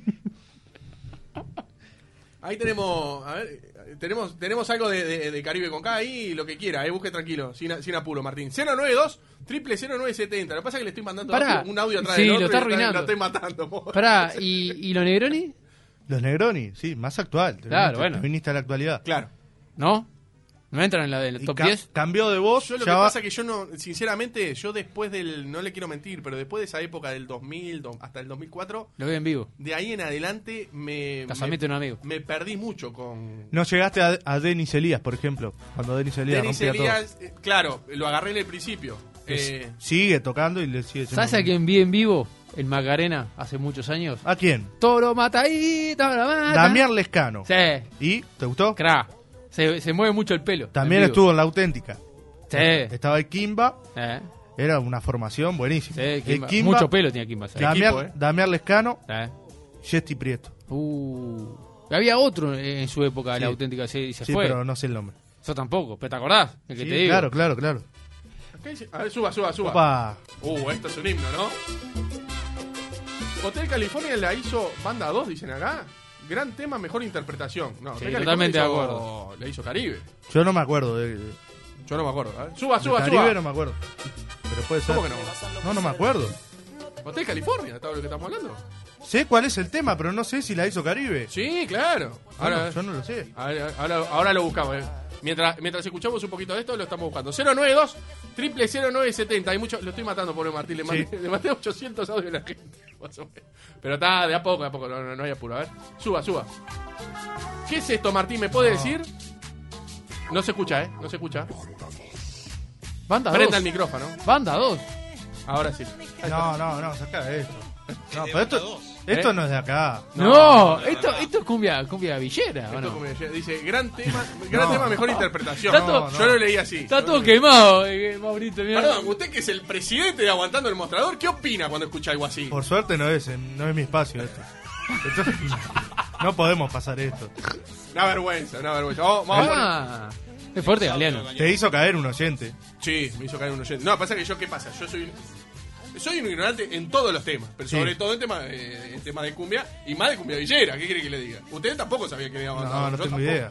Ahí tenemos, a ver, tenemos algo de Caribe con K ahí, lo que quiera, busque tranquilo, sin apuro, Martín. 092-000970. Lo que pasa es que le estoy mandando Pará. un audio atrás Sí, del lo otro está y arruinando. lo estoy matando. Pará, ¿y los Negroni? Los Negroni, sí, más actual. Te Claro, viniste- bueno. te viniste a la actualidad. Claro. ¿No? ¿No entran en la del Y top 10? Cambió de voz. Yo lo que ya va- pasa es que yo no, sinceramente, yo después no le quiero mentir, pero después de esa época del 2000 hasta el 2004, Lo veo en vivo. de ahí en adelante Casamiento de un amigo. me perdí mucho con... No llegaste a Denis Elías, por ejemplo. Cuando Denis Elías Denis rompía Elías, claro, lo agarré en el principio. todo. Sigue tocando y le sigue siendo- ¿Sabes a quién vi en vivo? En Macarena, hace muchos años. ¿A quién? Toro mata ahí, toro mata. Damián Lescano. Sí, ¿Y? ¿Te gustó? cra. Se mueve mucho el pelo. También en vivo. estuvo en La Auténtica. Sí. Estaba el Kimba. Eh, Era una formación buenísima. sí, El Kimba. Kimba, Mucho pelo tenía Kimba. ¿sabes? Damián, Damián Lescano, Eh. Jesti Prieto. Había otro en su época, Sí. La Auténtica, y se Sí, fue. pero no sé el nombre. Yo tampoco, pero ¿te acordás? El que Sí, te digo. claro, claro, claro. Acá dice- a ver, suba. Opa. Esto es un himno, ¿no? Hotel California la hizo Banda 2, dicen acá. Gran tema, mejor interpretación. No, Sí, Hotel totalmente California de hizo- acuerdo. La hizo Caribe. Yo no me acuerdo de Yo no me acuerdo. A ver, suba. Caribe, no me acuerdo. pero puede ser. ¿Cómo que no? No me acuerdo. Hotel California, ¿está lo que estamos hablando? Sé cuál es el tema, pero no sé si la hizo Caribe. Sí, claro. Bueno, yo no lo sé. Ahora lo buscamos. Mientras escuchamos un poquito de esto, lo estamos buscando. 092 0970. Hay mucho, lo estoy matando, pobre Martín. Le mandé 800 audios a la gente. Más o menos. Pero está de a poco, no hay apuro. A ver, suba. ¿Qué es esto, Martín? ¿Me puede decir? No se escucha, no se escucha. Banda 2. Prenda el micrófono. Banda 2. Ahora sí. No, saca esto. No, pero esto no es de acá. No, esto es cumbia villera, ¿o no? Dice, gran tema, mejor interpretación. Yo lo leí así. Está todo quemado, Maurito. Perdón, usted que es el presidente de Aguantando el Mostrador, ¿qué opina cuando escucha algo así? Por suerte no es mi espacio esto. No podemos pasar esto. Una vergüenza. Vamos es fuerte, Galeano. Te hizo caer un oyente. Sí, me hizo caer un oyente. No, pasa que ¿qué pasa? Yo soy un ignorante en todos los temas, pero sobre todo en tema de cumbia y más de cumbia villera. ¿Qué quiere que le diga? Ustedes tampoco sabían que le iba a mandar. No tengo idea.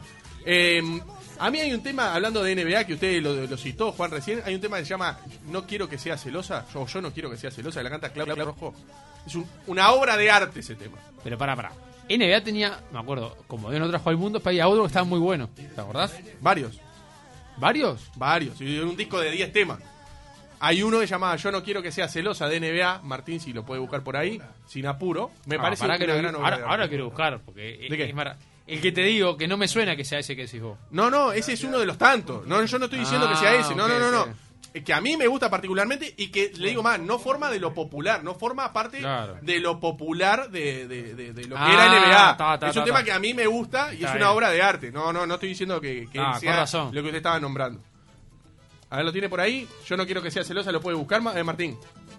A mí hay un tema, hablando de NBA, que usted lo citó, Juan, recién. Hay un tema que se llama No quiero que sea celosa. Yo no quiero que sea celosa, que la canta Claudia Rojo. Es una obra de arte ese tema. Pero para. NBA tenía, me acuerdo, como de no trajo al mundo, había otro que estaba muy bueno. ¿Te acordás? Varios. ¿Varios? Y un disco de 10 temas. Hay uno que se llama Yo no quiero que sea celosa de NBA. Martín, si lo puede buscar por ahí, sin apuro. Me parece una gran obra. Ahora quiero buscar, porque el que te digo que no me suena que sea ese que decís vos. No, ese es uno de los tantos. No, yo no estoy diciendo que sea ese. No. Que a mí me gusta particularmente y que, le digo más, no forma de lo popular, no forma parte de lo popular de lo que era NBA. Es un tema que a mí me gusta y es una obra de arte. No estoy diciendo que sea lo que usted estaba nombrando. A ver, lo tiene por ahí. Yo no quiero que sea celosa, lo puede buscar, Martín.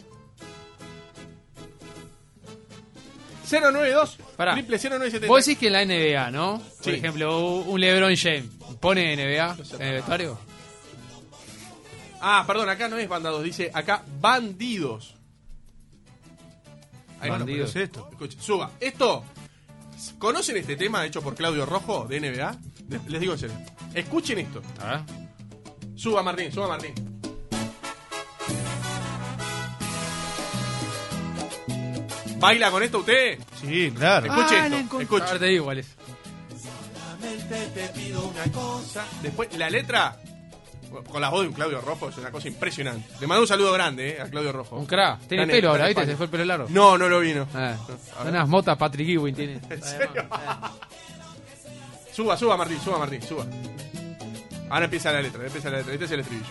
092 0970. Vos decís que en la NBA, ¿no? Por Sí. ejemplo, un LeBron James pone NBA en el vestuario. Perdón, acá no es Banda 2, dice acá Bandidos. Ahí Bueno, Bandidos. pero es esto. Escuchen, suba. ¿Conocen este tema hecho por Claudio Rojo de NBA? Les digo en serio. Escuchen esto. A ver. Suba Martín. ¿Baila con esto usted? Sí, claro. Escuche esto. Ahora te digo cuál es. Te pido una cosa. Después, la letra, con la voz de un Claudio Rojo, es una cosa impresionante. Le mando un saludo grande a Claudio Rojo. Un crack. Tiene Está pelo en ahora, ¿viste? España. Se fue el pelo largo. No lo vino. Unas motas Patrick Ewing tiene. ¿En serio? Suba, Martín. Ahora empieza la letra. Este es el estribillo.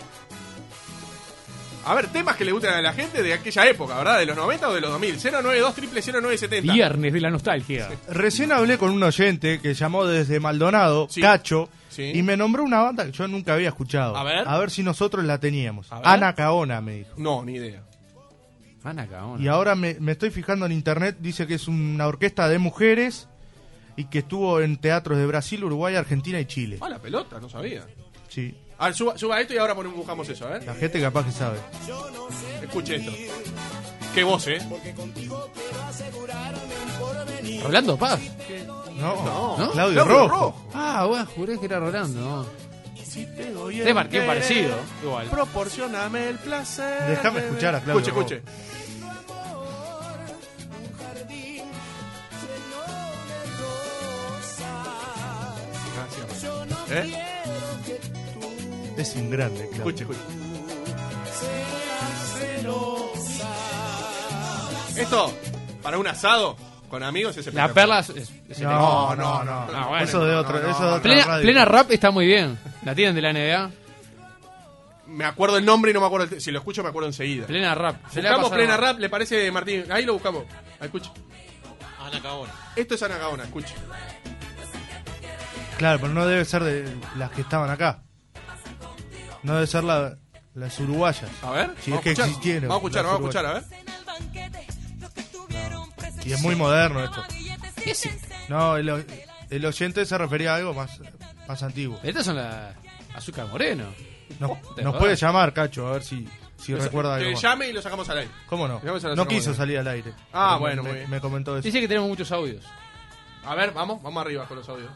A ver, temas que le gustan a la gente de aquella época, ¿verdad? ¿De los 90 o de los 2000? 092 0970. Viernes de la nostalgia. Recién hablé con un oyente que llamó desde Maldonado, Sí. Cacho, Sí. y me nombró una banda que yo nunca había escuchado. A ver. si nosotros la teníamos. A ver. Ana Caona, me dijo. No, ni idea. Ana Caona. Y ahora me estoy fijando en internet, dice que es una orquesta de mujeres y que estuvo en teatros de Brasil, Uruguay, Argentina y Chile. La pelota, no sabía. Sí, A ver, suba esto y ahora buscamos eso, a ver. la gente capaz que sabe. Escuche esto. Qué voz, Rolando Paz. No, ¿No? Claudio Rojo. Bueno, juré que era Rolando. Si te doy el Te marqué querer, parecido. Igual. Proporcioname el placer. Déjame escuchar a Claudio Escuche. Gracias. Es un grande, Claudio. Escuche. Esto, para un asado con amigos, es La espectacular. perla es No. bueno. Eso de otro, no. eso de otra radio. Plena rap está muy bien. ¿La tienen de la NBA? Me acuerdo el nombre y no me acuerdo si lo escucho me acuerdo enseguida. Plena rap. Se le va a Buscamos pasar Plena mal. Rap, ¿le parece, Martín? Ahí lo buscamos. Escuche. Ana Caona. Esto es Ana Caona, escuche. Claro, pero no debe ser de las que estaban acá. No debe ser las uruguayas. A ver, Si vamos es que a escuchar. existieron. Vamos a escuchar, a ver. Y es muy moderno esto. ¿Qué es? No, el oyente se refería a algo más antiguo. Estas son las Azúcar Moreno. Nos puede llamar, Cacho, a ver si recuerda algo Que más. llame y lo sacamos al aire. ¿Cómo no? Llamamos a la No sacamos quiso al aire. salir al aire. Ah, Pero bueno, muy bien. me comentó eso. Dice que tenemos muchos audios. A ver, vamos arriba con los audios.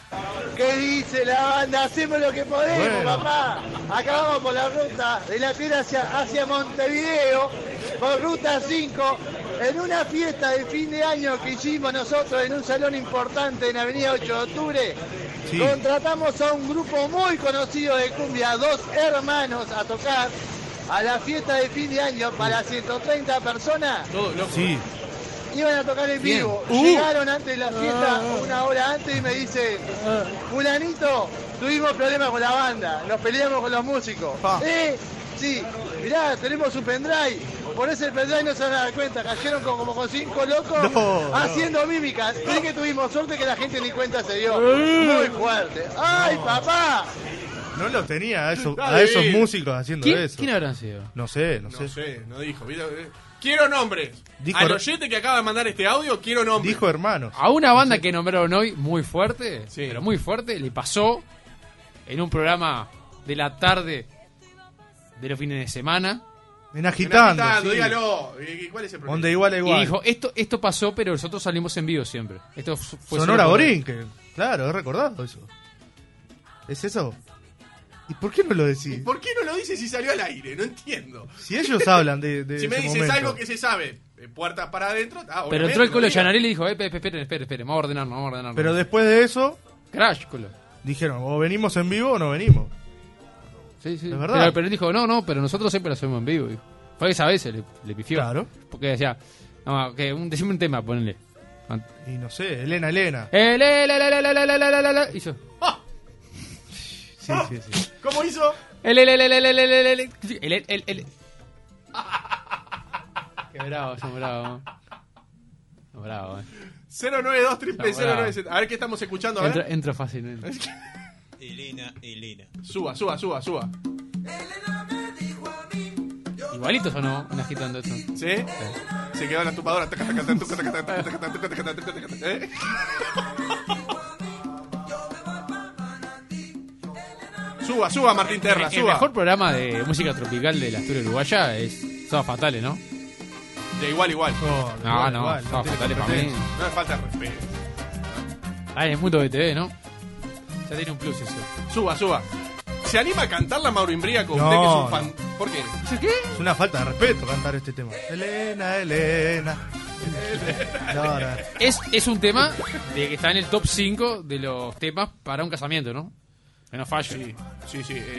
¿Qué dice la banda? Hacemos lo que podemos, Bueno. papá. Acabamos por la ruta de la Piedra hacia Montevideo, por ruta 5, en una fiesta de fin de año que hicimos nosotros en un salón importante en Avenida 8 de Octubre. Sí. Contratamos a un grupo muy conocido de cumbia, 2 hermanos, a tocar a la fiesta de fin de año para 130 personas. Todo loco. Sí. Iban a tocar en Bien. vivo. Llegaron antes de la fiesta, una hora antes, y me dice, fulanito, tuvimos problemas con la banda, nos peleamos con los músicos. Sí, mirá, tenemos un pendrive. Por ese pendrive no se van a dar cuenta, cayeron como con 5 locos haciendo mímicas. Sí que tuvimos suerte que la gente ni cuenta se dio. Muy fuerte. ¡Ay, papá! No lo tenía a esos David. músicos haciendo eso. ¿Quién habrán sido? No sé. No sé, no dijo. Quiero nombres. Dijo- Al oyente que acaba de mandar este audio, quiero nombres. Dijo hermanos. A una banda que nombraron hoy muy fuerte, Sí. pero muy fuerte, le pasó en un programa de la tarde de los fines de semana. En agitando. sí. dígalo. ¿Y cuál es el problema? Donde igual a igual. Y dijo, esto pasó, pero nosotros salimos en vivo siempre. Esto fue Sonora solo por- Borín, que claro, he recordado eso. ¿Es eso? ¿Y por qué no lo decís? ¿Por qué no lo dice si salió al aire? No entiendo. Si ellos hablan de Si me ese dices momento. algo que se sabe, puertas para adentro. Pero entró el Colo Llanarelli y dijo, esperen, vamos a ordenar. Pero después de eso, Crash, Colo. dijeron, o venimos en vivo o no venimos. Sí. Es verdad. Pero él dijo, no, pero nosotros siempre lo hacemos en vivo. Dijo. Fue esa vez, le pifió. Claro. Porque decía, no, decime un tema, ponle. Y no sé, Elena. Hizo. Sí. ¿Cómo hizo? Qué bravo, son bravos. Son bravos, 092 No, bravo. A ver qué estamos escuchando. A ver. Entra fácilmente. Elena. Suba. Igualitos o no, en agitando esto. ¿Sí? Se quedó en la tupadora. ¿Eh? Suba, Martín Terra, El suba. mejor programa de música tropical de la historia uruguaya es Sábado Fatales, ¿no? De igual. No, igual, Sábado tiene Fatales para mí. competencia. No me falta respeto. Ah, en el mundo BTV, ¿no? Ya tiene un plus eso. Suba. ¿Se anima a cantarla Mauro Imbriaco? No, Usted que es un no. fan. ¿Por qué? ¿Qué? Es una falta de respeto cantar este tema. Elena. No. Es un tema de que está en el top 5 de los temas para un casamiento, ¿no? Que no falle. Sí.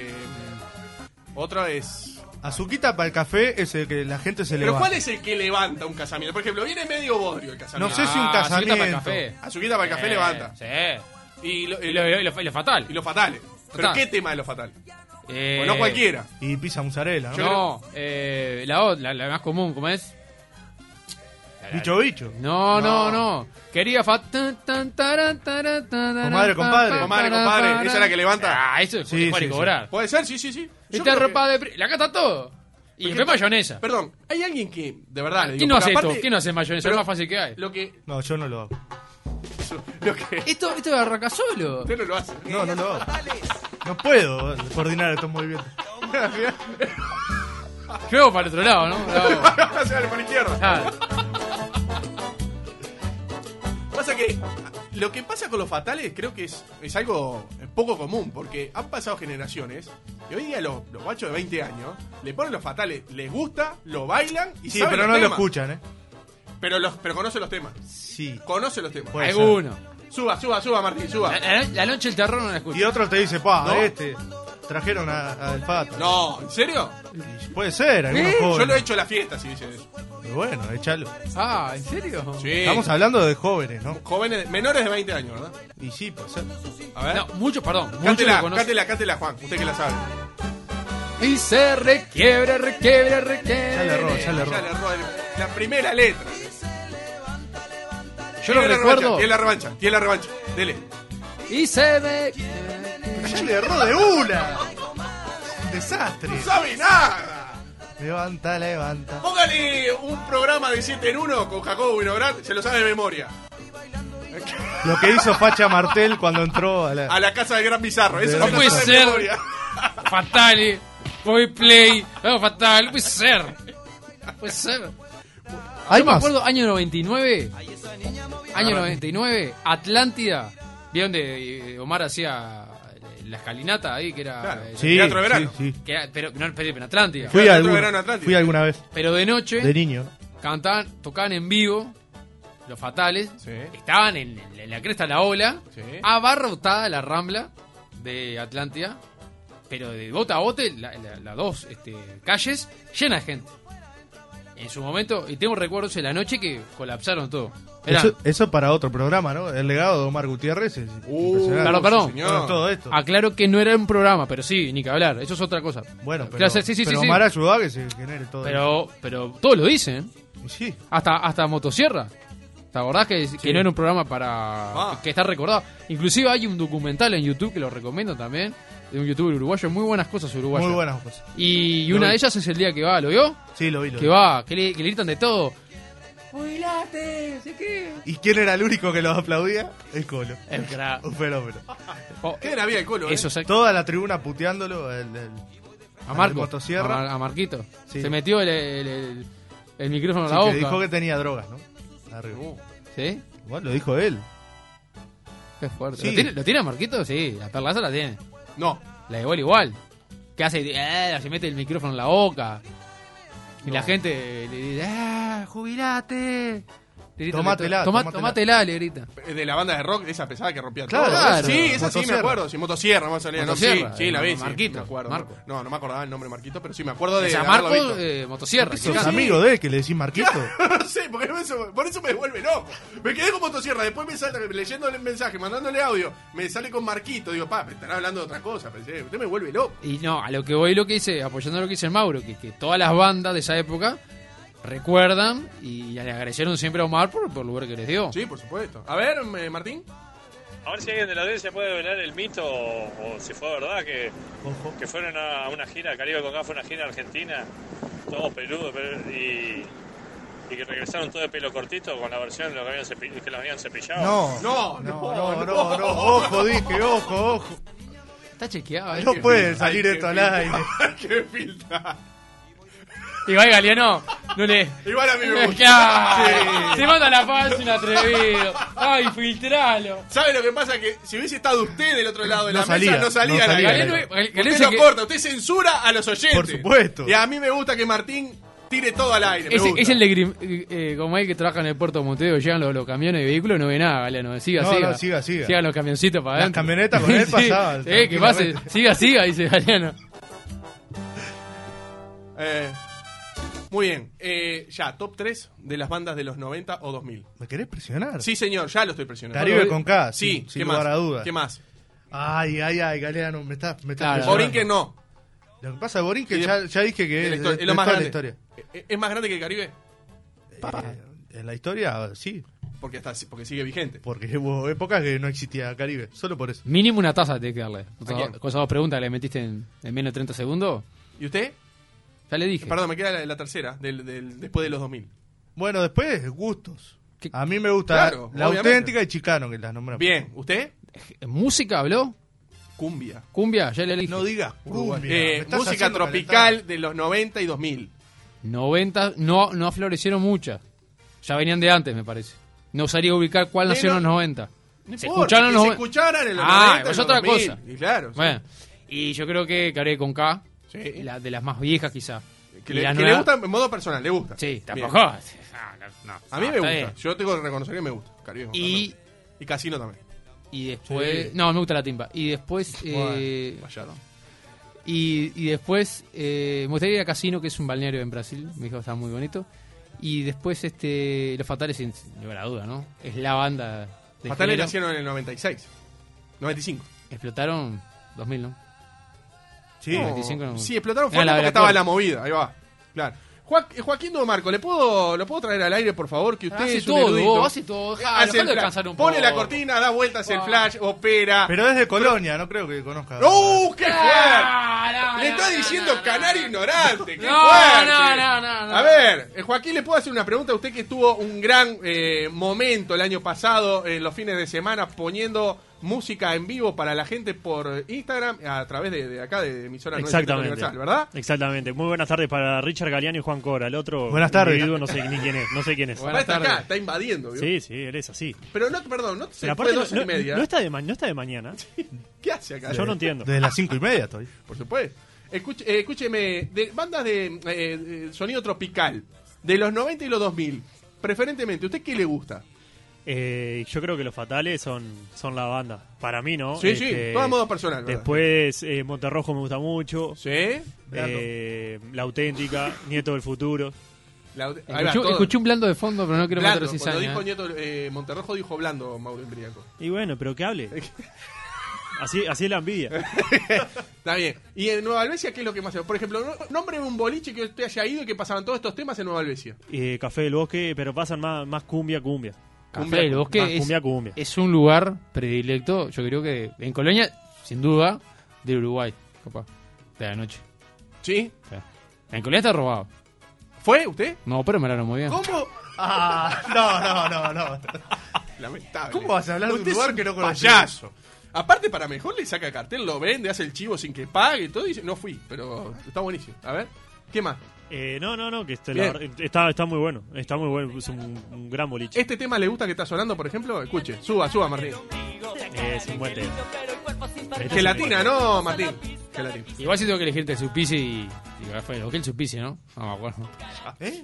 Otra es... Azuquita para el café es el que la gente se ¿Pero levanta. cuál es el que levanta un casamiento? Por ejemplo, viene medio bodrio el casamiento. No sé si un Azuquita para el casamiento. café. Azuquita para el café levanta. Sí. Y lo fatal. y los fatales. ¿Pero Fatal. qué tema de los fatales? Eh, Pues no cualquiera. Y pizza mozzarella, ¿no? No, la más común, ¿cómo es? Bicho. No. Quería Comadre, compadre. Comadre, esa es la que levanta. Ah, eso es Sí, para sí, cobrar. Puede ser, sí. Yo Esta creo ropa de... La canta todo. Y después mayonesa. Perdón, hay alguien que, de verdad, le digo, ¿Quién no porque hace aparte, esto? ¿Quién no hace mayonesa? Es pero lo más fácil que hay. Lo que... No, yo no lo hago. Lo que Esto arranca solo. usted no lo hace. No lo hago. No puedo coordinar estos movimientos. Yo hago para el otro lado, ¿no? Se vale por izquierda. Claro. Pasa que lo que pasa con los fatales creo que es algo poco común, porque han pasado generaciones y hoy día los guachos de 20 años le ponen los fatales, les gusta, lo bailan y Sí, saben pero los no lo temas. escuchan, ¿eh? Pero conocen los temas. Sí. Conoce los temas. Puede ser. Alguno. Suba, Martín, suba. La noche el terror no la escucha. Y otro te dice, pa, ¿No? trajeron al Fata. No, ¿en serio? Y puede ser, algunos jóvenes. Yo lo he hecho en la fiesta, si dicen eso. Y bueno, échalo. Ah, ¿en serio? Sí. Estamos hablando de jóvenes, ¿no? Jóvenes, menores de 20 años, ¿verdad? Y sí, puede ser. A ver. No, muchos lo Cántela, conocen. cántela, Juan, usted que la sabe. Y se requiebra. Ya le erró. Ya le erró la primera letra. Yo lo recuerdo. Tiene la revancha. Dele. Y se ve. Ya le erró de una. Un desastre. No sabe nada. Levanta. Póngale un programa de 7 en 1 con Jacobo Winograd, se lo sabe de memoria. Lo que hizo Facha Martel cuando entró a A la casa del Gran Bizarro. Eso No se lo puede sabe de ser. memoria. Fatale. Voy play. No, fatal. Puede ser. ¿Hay Yo me más? acuerdo, año 99. Año 99. Atlántida. ¿Vieron de Omar hacía la escalinata ahí, que era... Claro. Sí, Teatro de verano. sí. Que era, pero no en Atlántida. Fui, Teatro de verano Atlántida. fui alguna vez, Pero de noche de niño. tocaban en vivo, Los Fatales. Sí. Estaban en la cresta de la ola, Sí. abarrotada la Rambla de Atlántida, pero de bote a bote, las dos calles llenas de gente. En su momento, y tengo recuerdos de la noche que colapsaron todo. Eso para otro programa, ¿no? El legado de Omar Gutiérrez es impresionante. Perdón. señor. Bueno, todo esto. Aclaro que no era un programa, pero sí, ni que hablar. Eso es otra cosa. Bueno, pero, Claro, sí, pero Omar ayudó a que se genere todo Pero todos lo dicen. eso. Sí. Hasta Motosierra. ¿Te acordás que no era un programa para que está recordado? Inclusive hay un documental en YouTube que lo recomiendo también, de un youtuber uruguayo, muy buenas cosas uruguayas. Muy buenas cosas. Y Lo una vi. de ellas es el día que va, ¿lo vio? Sí, lo vi. Que va, que le gritan de todo. ¡Jubilate! ¿Sí qué? ¿Y quién era el único que los aplaudía? El Colo. El crack. Un fenómeno. ¿Qué era vida el Colo? Eso se- Toda la tribuna puteándolo. A Marco. Motosierra. A Marquito. Sí. Se metió el micrófono en Sí, la boca. que dijo que tenía drogas, ¿no? Arriba. ¿Sí? Bueno, lo dijo él. Qué fuerte. Sí. ¿Lo tiene a Marquito? Sí, la perlaza la tiene. No. La de igual igual. ¿Qué hace? Se mete el micrófono en la boca. Y la gente le dice, jubilate. Le gritan Tomátela, de todo. tomátela. Tomátela, le grita. De la banda de rock, esa pesada que rompía Claro, todo. claro. Sí, esa sí me Motosierra. acuerdo. Sí, Motosierra, más salía. No, sí, Motosierra. sí, la vi. Marquito, Sí, me acuerdo. Marco. No me acordaba el nombre Marquito, pero sí me acuerdo de O sea, haberlo Marco, visto. Motosierra. que Sos canta. amigo de él, que le decís Marquito. No sé, porque por eso me vuelve loco. Me quedé con Motosierra, después me sale leyendo el mensaje, mandándole audio, me sale con Marquito, digo, me estará hablando de otra cosa, pensé, usted me vuelve loco. Y no, a lo que voy, lo que dice, apoyando lo que dice el Mauro, que todas las bandas de esa época recuerdan y le agradecieron siempre a Omar por el lugar que les dio. Sí, por supuesto. A ver, Martín. A ver si alguien de la audiencia puede velar el mito o si fue verdad que fueron a una gira, Caribe con K fue una gira a Argentina, todos peludos y que regresaron todo de pelo cortito con la versión de lo que los habían cepillado. No. Ojo, dije, ojo. Está chequeado, No puede salir esto al aire. ¡Qué filtra! Igual Galeano, no le... Igual a mí me gusta. Claro. Se manda la paz un atrevido. Ay, filtralo. ¿Sabe lo que pasa? Que si hubiese estado usted del otro lado de No la salía, mesa, no salía no la salía. idea. Galeano Usted se lo que- corta, usted censura a los oyentes. Por supuesto. Y a mí me gusta que Martín tire todo al aire. Me gusta. Es el de como hay que trabaja en el puerto de Montevideo, llegan los camiones y vehículos, no ve nada, Galeano. Siga. Siga. Sigan los camioncitos para Las adentro. camionetas con él Sí, pasaban. que pase. Siga, dice Galeano. Muy bien. Ya, top 3 de las bandas de los 90 o 2000. ¿Me querés presionar? Sí, señor, ya lo estoy presionando. Caribe con K, Sí, sin ¿qué lugar más? a dudas. ¿Qué más? Ay, Galeano, me está Claro. presionando. Borinquen no. Lo que pasa de Borinquen, Y de- ya dije que Es es lo más toda grande. la historia. ¿Es más grande que el Caribe? En la historia, sí. Porque sigue vigente. Porque hubo épocas que no existía Caribe. Solo por eso. Mínimo una taza tenés que darle. quién? Con esas dos preguntas que le metiste en menos de 30 segundos. ¿Y usted? Ya le dije. Perdón, me queda la tercera, después de los 2000. Bueno, después, gustos. ¿Qué? A mí me gusta Claro, la obviamente. auténtica y Chicano, que las nombramos. Bien, ¿usted? ¿Música habló? Cumbia. ¿Cumbia? Ya le dije. No digas cumbia. me estás Música haciendo tropical calentar. de los 90 y 2000. 90, no florecieron muchas. Ya venían de antes, me parece. No sabría ubicar cuál nació en los 90. No Se importa, escucharon que los se 90. escucharan en los Ah, 90 es en otra los 2000. cosa. Y claro, sí. Bueno, y yo creo que Caribe con K, Sí. de las más viejas quizá. Que, Y le, la que nueva- le gusta en modo personal, le gusta. Sí, Bien. tampoco. No, A mí me está gusta. bien. Yo tengo que reconocer que me gusta. Caribe. Y, Y Casino también. y después. Sí. No, me gusta la timba. Y después. Vallado. Y después. Me gustaría ir a Casino, que es un balneario en Brasil. Me dijo que estaba muy bonito. Y después, Los Fatales, sin lugar a duda, ¿no? Es la banda. del Fatales género. nacieron en el 96. 95. Explotaron 2000, ¿no? Sí. No, 95 no. Sí, explotaron Era fuerte la porque de la estaba corte. la movida. Ahí va. Claro. Joaquín Don Marco, ¿lo puedo traer al aire, por favor? Que usted Hace es un todo, erudito. hace todo. Hace Dejalo el flash. descansar un Pone la poco. cortina, da vueltas el Wow. flash, opera. Pero es de Colonia, no creo que conozca. ¡Qué fuerte! No, Le está diciendo canario ignorante. ¡Qué No, fuerte! no. A ver, Joaquín, ¿le puedo hacer una pregunta? Usted que tuvo un gran momento el año pasado, en los fines de semana, poniendo música en vivo para la gente por Instagram a través de acá de emisora Exactamente. Universal, ¿verdad? Exactamente. Muy buenas tardes para Richard Galeano y Juan Cora. El otro Buenas tardes. individuo no sé ni quién es. No sé quién es. Está acá, está invadiendo, ¿vio? Sí, él es así. Pero no, perdón, no se Pero fue aparte 12:30. no está de mañana. ¿Qué hace acá? Yo no entiendo. Desde las 5:30 estoy. Por supuesto. Escúcheme, de bandas de sonido tropical, de los 90 y los 2000, preferentemente, ¿usted qué le gusta? Yo creo que los Fatales son la banda. Para mí, ¿no? Sí, todo a modo personal, ¿verdad? Después, Monterrojo me gusta mucho. ¿Sí? La Auténtica, Nieto del Futuro. Escuché un blando de fondo, pero no quiero blando, meter cizaña. Cuando dijo Nieto, Monterrojo dijo blando, Mauro Imbriaco. Y bueno, pero que hable. Así es la envidia. Está bien. ¿Y en Nueva Albesia qué es lo que más se... Por ejemplo, nombre un boliche que usted haya ido y que pasaban todos estos temas en Nueva Albesia. Café del Bosque, pero pasan más cumbia. Café del Bosque es un lugar predilecto, yo creo que en Colonia, sin duda, del Uruguay, capaz, de la noche. ¿Sí? En Colonia está robado. ¿Fue usted? No, pero me hablaron muy bien. ¿Cómo? No. Lamentable. ¿Cómo vas a hablar de un lugar que no conoces? Payaso. Aparte, para mejor le saca cartel, lo vende, hace el chivo sin que pague y todo. Y dice, no fui, pero está buenísimo. A ver, ¿qué más? Que está muy bueno. Está muy bueno, es un gran boliche. ¿Este tema le gusta que está sonando, por ejemplo? Escuche, suba, Martín. Es un buen tema. Gelatina, ¿no, Martín? Gelatina. Igual si tengo que elegirte el Suplicy y fue el Suplicy, ¿no? No me acuerdo. ¿Eh?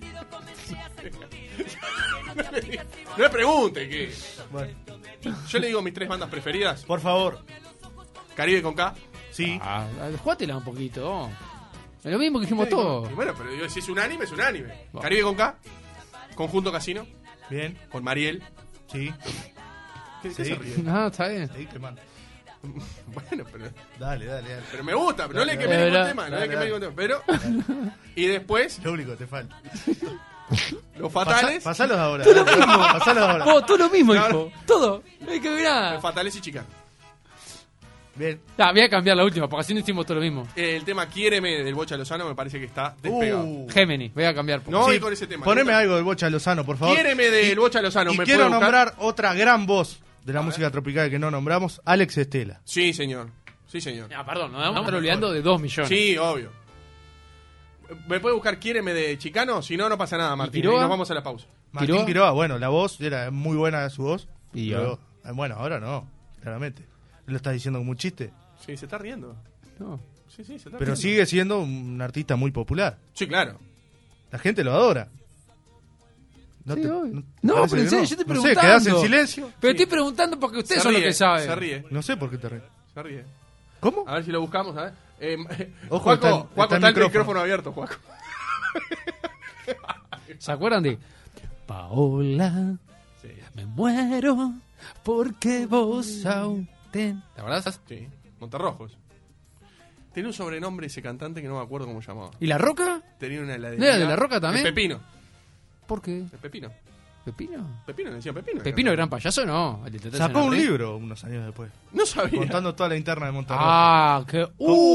No me pregunte que... Bueno. Yo le digo mis 3 bandas preferidas. Por favor. Caribe con K. Sí. Jugátela un poquito. Es lo mismo que dijimos todos. Bueno, pero digo, si es un anime, es un anime. Caribe con K. Conjunto Casino. Bien. Con Mariel. Sí. ¿Qué se ríe? No, está bien. Sí, te mando. Bueno, pero... Dale. Pero me gusta, pero no le quemé ningún tema. No le quemé ningún tema. Pero... Y después... Lo único que te falta. Los Fatales. Pasalos ahora. Pasalos ahora. Todo lo mismo, hijo. Todo. Hay que ver nada. Los Fatales y Chicano. Bien. Voy a cambiar la última, porque así no hicimos todo lo mismo. El tema Quiéreme del Bocha Lozano me parece que está despegado. Géminis, voy a cambiar. No, sí, con ese tema. Poneme algo del Bocha Lozano, por favor. Quiéreme del Bocha Lozano. Y ¿Me quiero puede buscar? nombrar otra gran voz de la música tropical que no nombramos, Alex Estela. Sí, señor. Perdón, nos vamos a estar olvidando de 2 millones. Sí, obvio. ¿Me puede buscar Quiéreme de Chicano? Si no, no pasa nada, Martín. Y Quiroga? nos vamos a la pausa. Martín Quiroga, bueno, la voz era muy buena su voz. Pero, bueno, ahora no, claramente. ¿Lo estás diciendo como un chiste? Sí, se está riendo. No. Sí, se está Pero riendo. sigue siendo un artista muy popular. Sí, claro. La gente lo adora. No, parece pero en que serio, yo estoy preguntando. No sé, quedás en silencio. Pero estoy preguntando porque ustedes Se son ríe, los que saben. Se ríe. No sé por qué te ríes. Se ríe. ¿Cómo? A ver si lo buscamos, a ver. Ojo, Juaco, está está el micrófono abierto, Juaco. ¿Se acuerdan de Paola? Sí. Me muero porque vos aún ¿te acordás? Sí, Monterrojos. Tenía un sobrenombre ese cantante que no me acuerdo cómo llamaba. ¿Y La Roca? Tenía una heladería. ¿No era de La Roca también? El Pepino. ¿Por qué? El Pepino. ¿Pepino? Pepino, le decía Pepino. ¿Pepino gran payaso no? El de Tetas en Sacó la un Red. libro unos años después. No sabía. Contando toda la interna de Monterrey. Qué...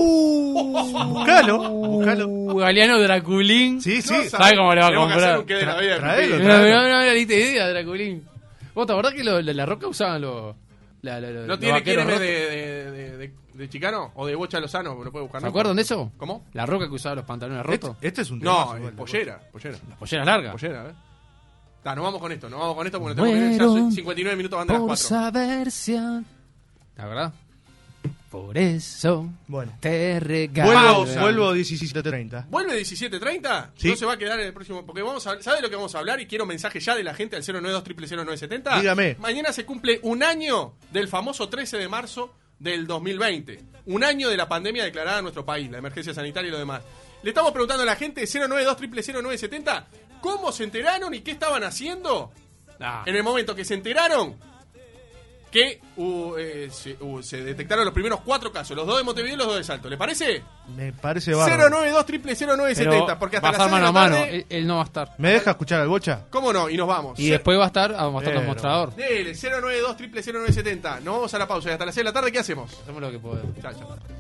Buscalo. Galeano Draculín. Sí. ¿Sabe cómo le va a Tenemos que hacer comprar? un qué de la vida. Traelo. No, ni idea, Draculín. ¿Vos te acordás que La Roca usaban los... ¿No tiene Quiéreme de Chicano? ¿O de Bocha Lozano? ¿No puede buscar? ¿Se acuerdan de eso? ¿Cómo? La Roca que usaba los pantalones rotos. Este es un No, temazo, igual, pollera. Las polleras largas. Pollera, a ver. Nos vamos con esto porque nos tenemos que ir. Ya son 59 minutos, van de las 4. Saber si... ¿La verdad? Por eso Bueno. te regalo. Vuelvo 17:30. ¿Vuelve 17:30? Sí. No se va a quedar en el próximo. Porque ¿sabe lo que vamos a hablar? Y quiero mensaje ya de la gente al 092-000970. Dígame. Mañana se cumple un año del famoso 13 de marzo del 2020. Un año de la pandemia declarada en nuestro país, la emergencia sanitaria y lo demás. Le estamos preguntando a la gente 092-000970 cómo se enteraron y qué estaban haciendo en el momento que se enteraron que se detectaron los primeros 4 casos, los 2 de Montevideo y los 2 de Salto. ¿Le parece? Me parece bárbaro. 092-000970, porque hasta va a estar las 6 de mano la a mano. tarde... Él no va a estar. ¿Me deja escuchar al Bocha? ¿Cómo no? Y nos vamos. Y después va a estar los mostrador. Dele, 092-000970. Nos vamos a la pausa y hasta las 6 de la tarde, ¿qué hacemos? Hacemos lo que podemos. Chao.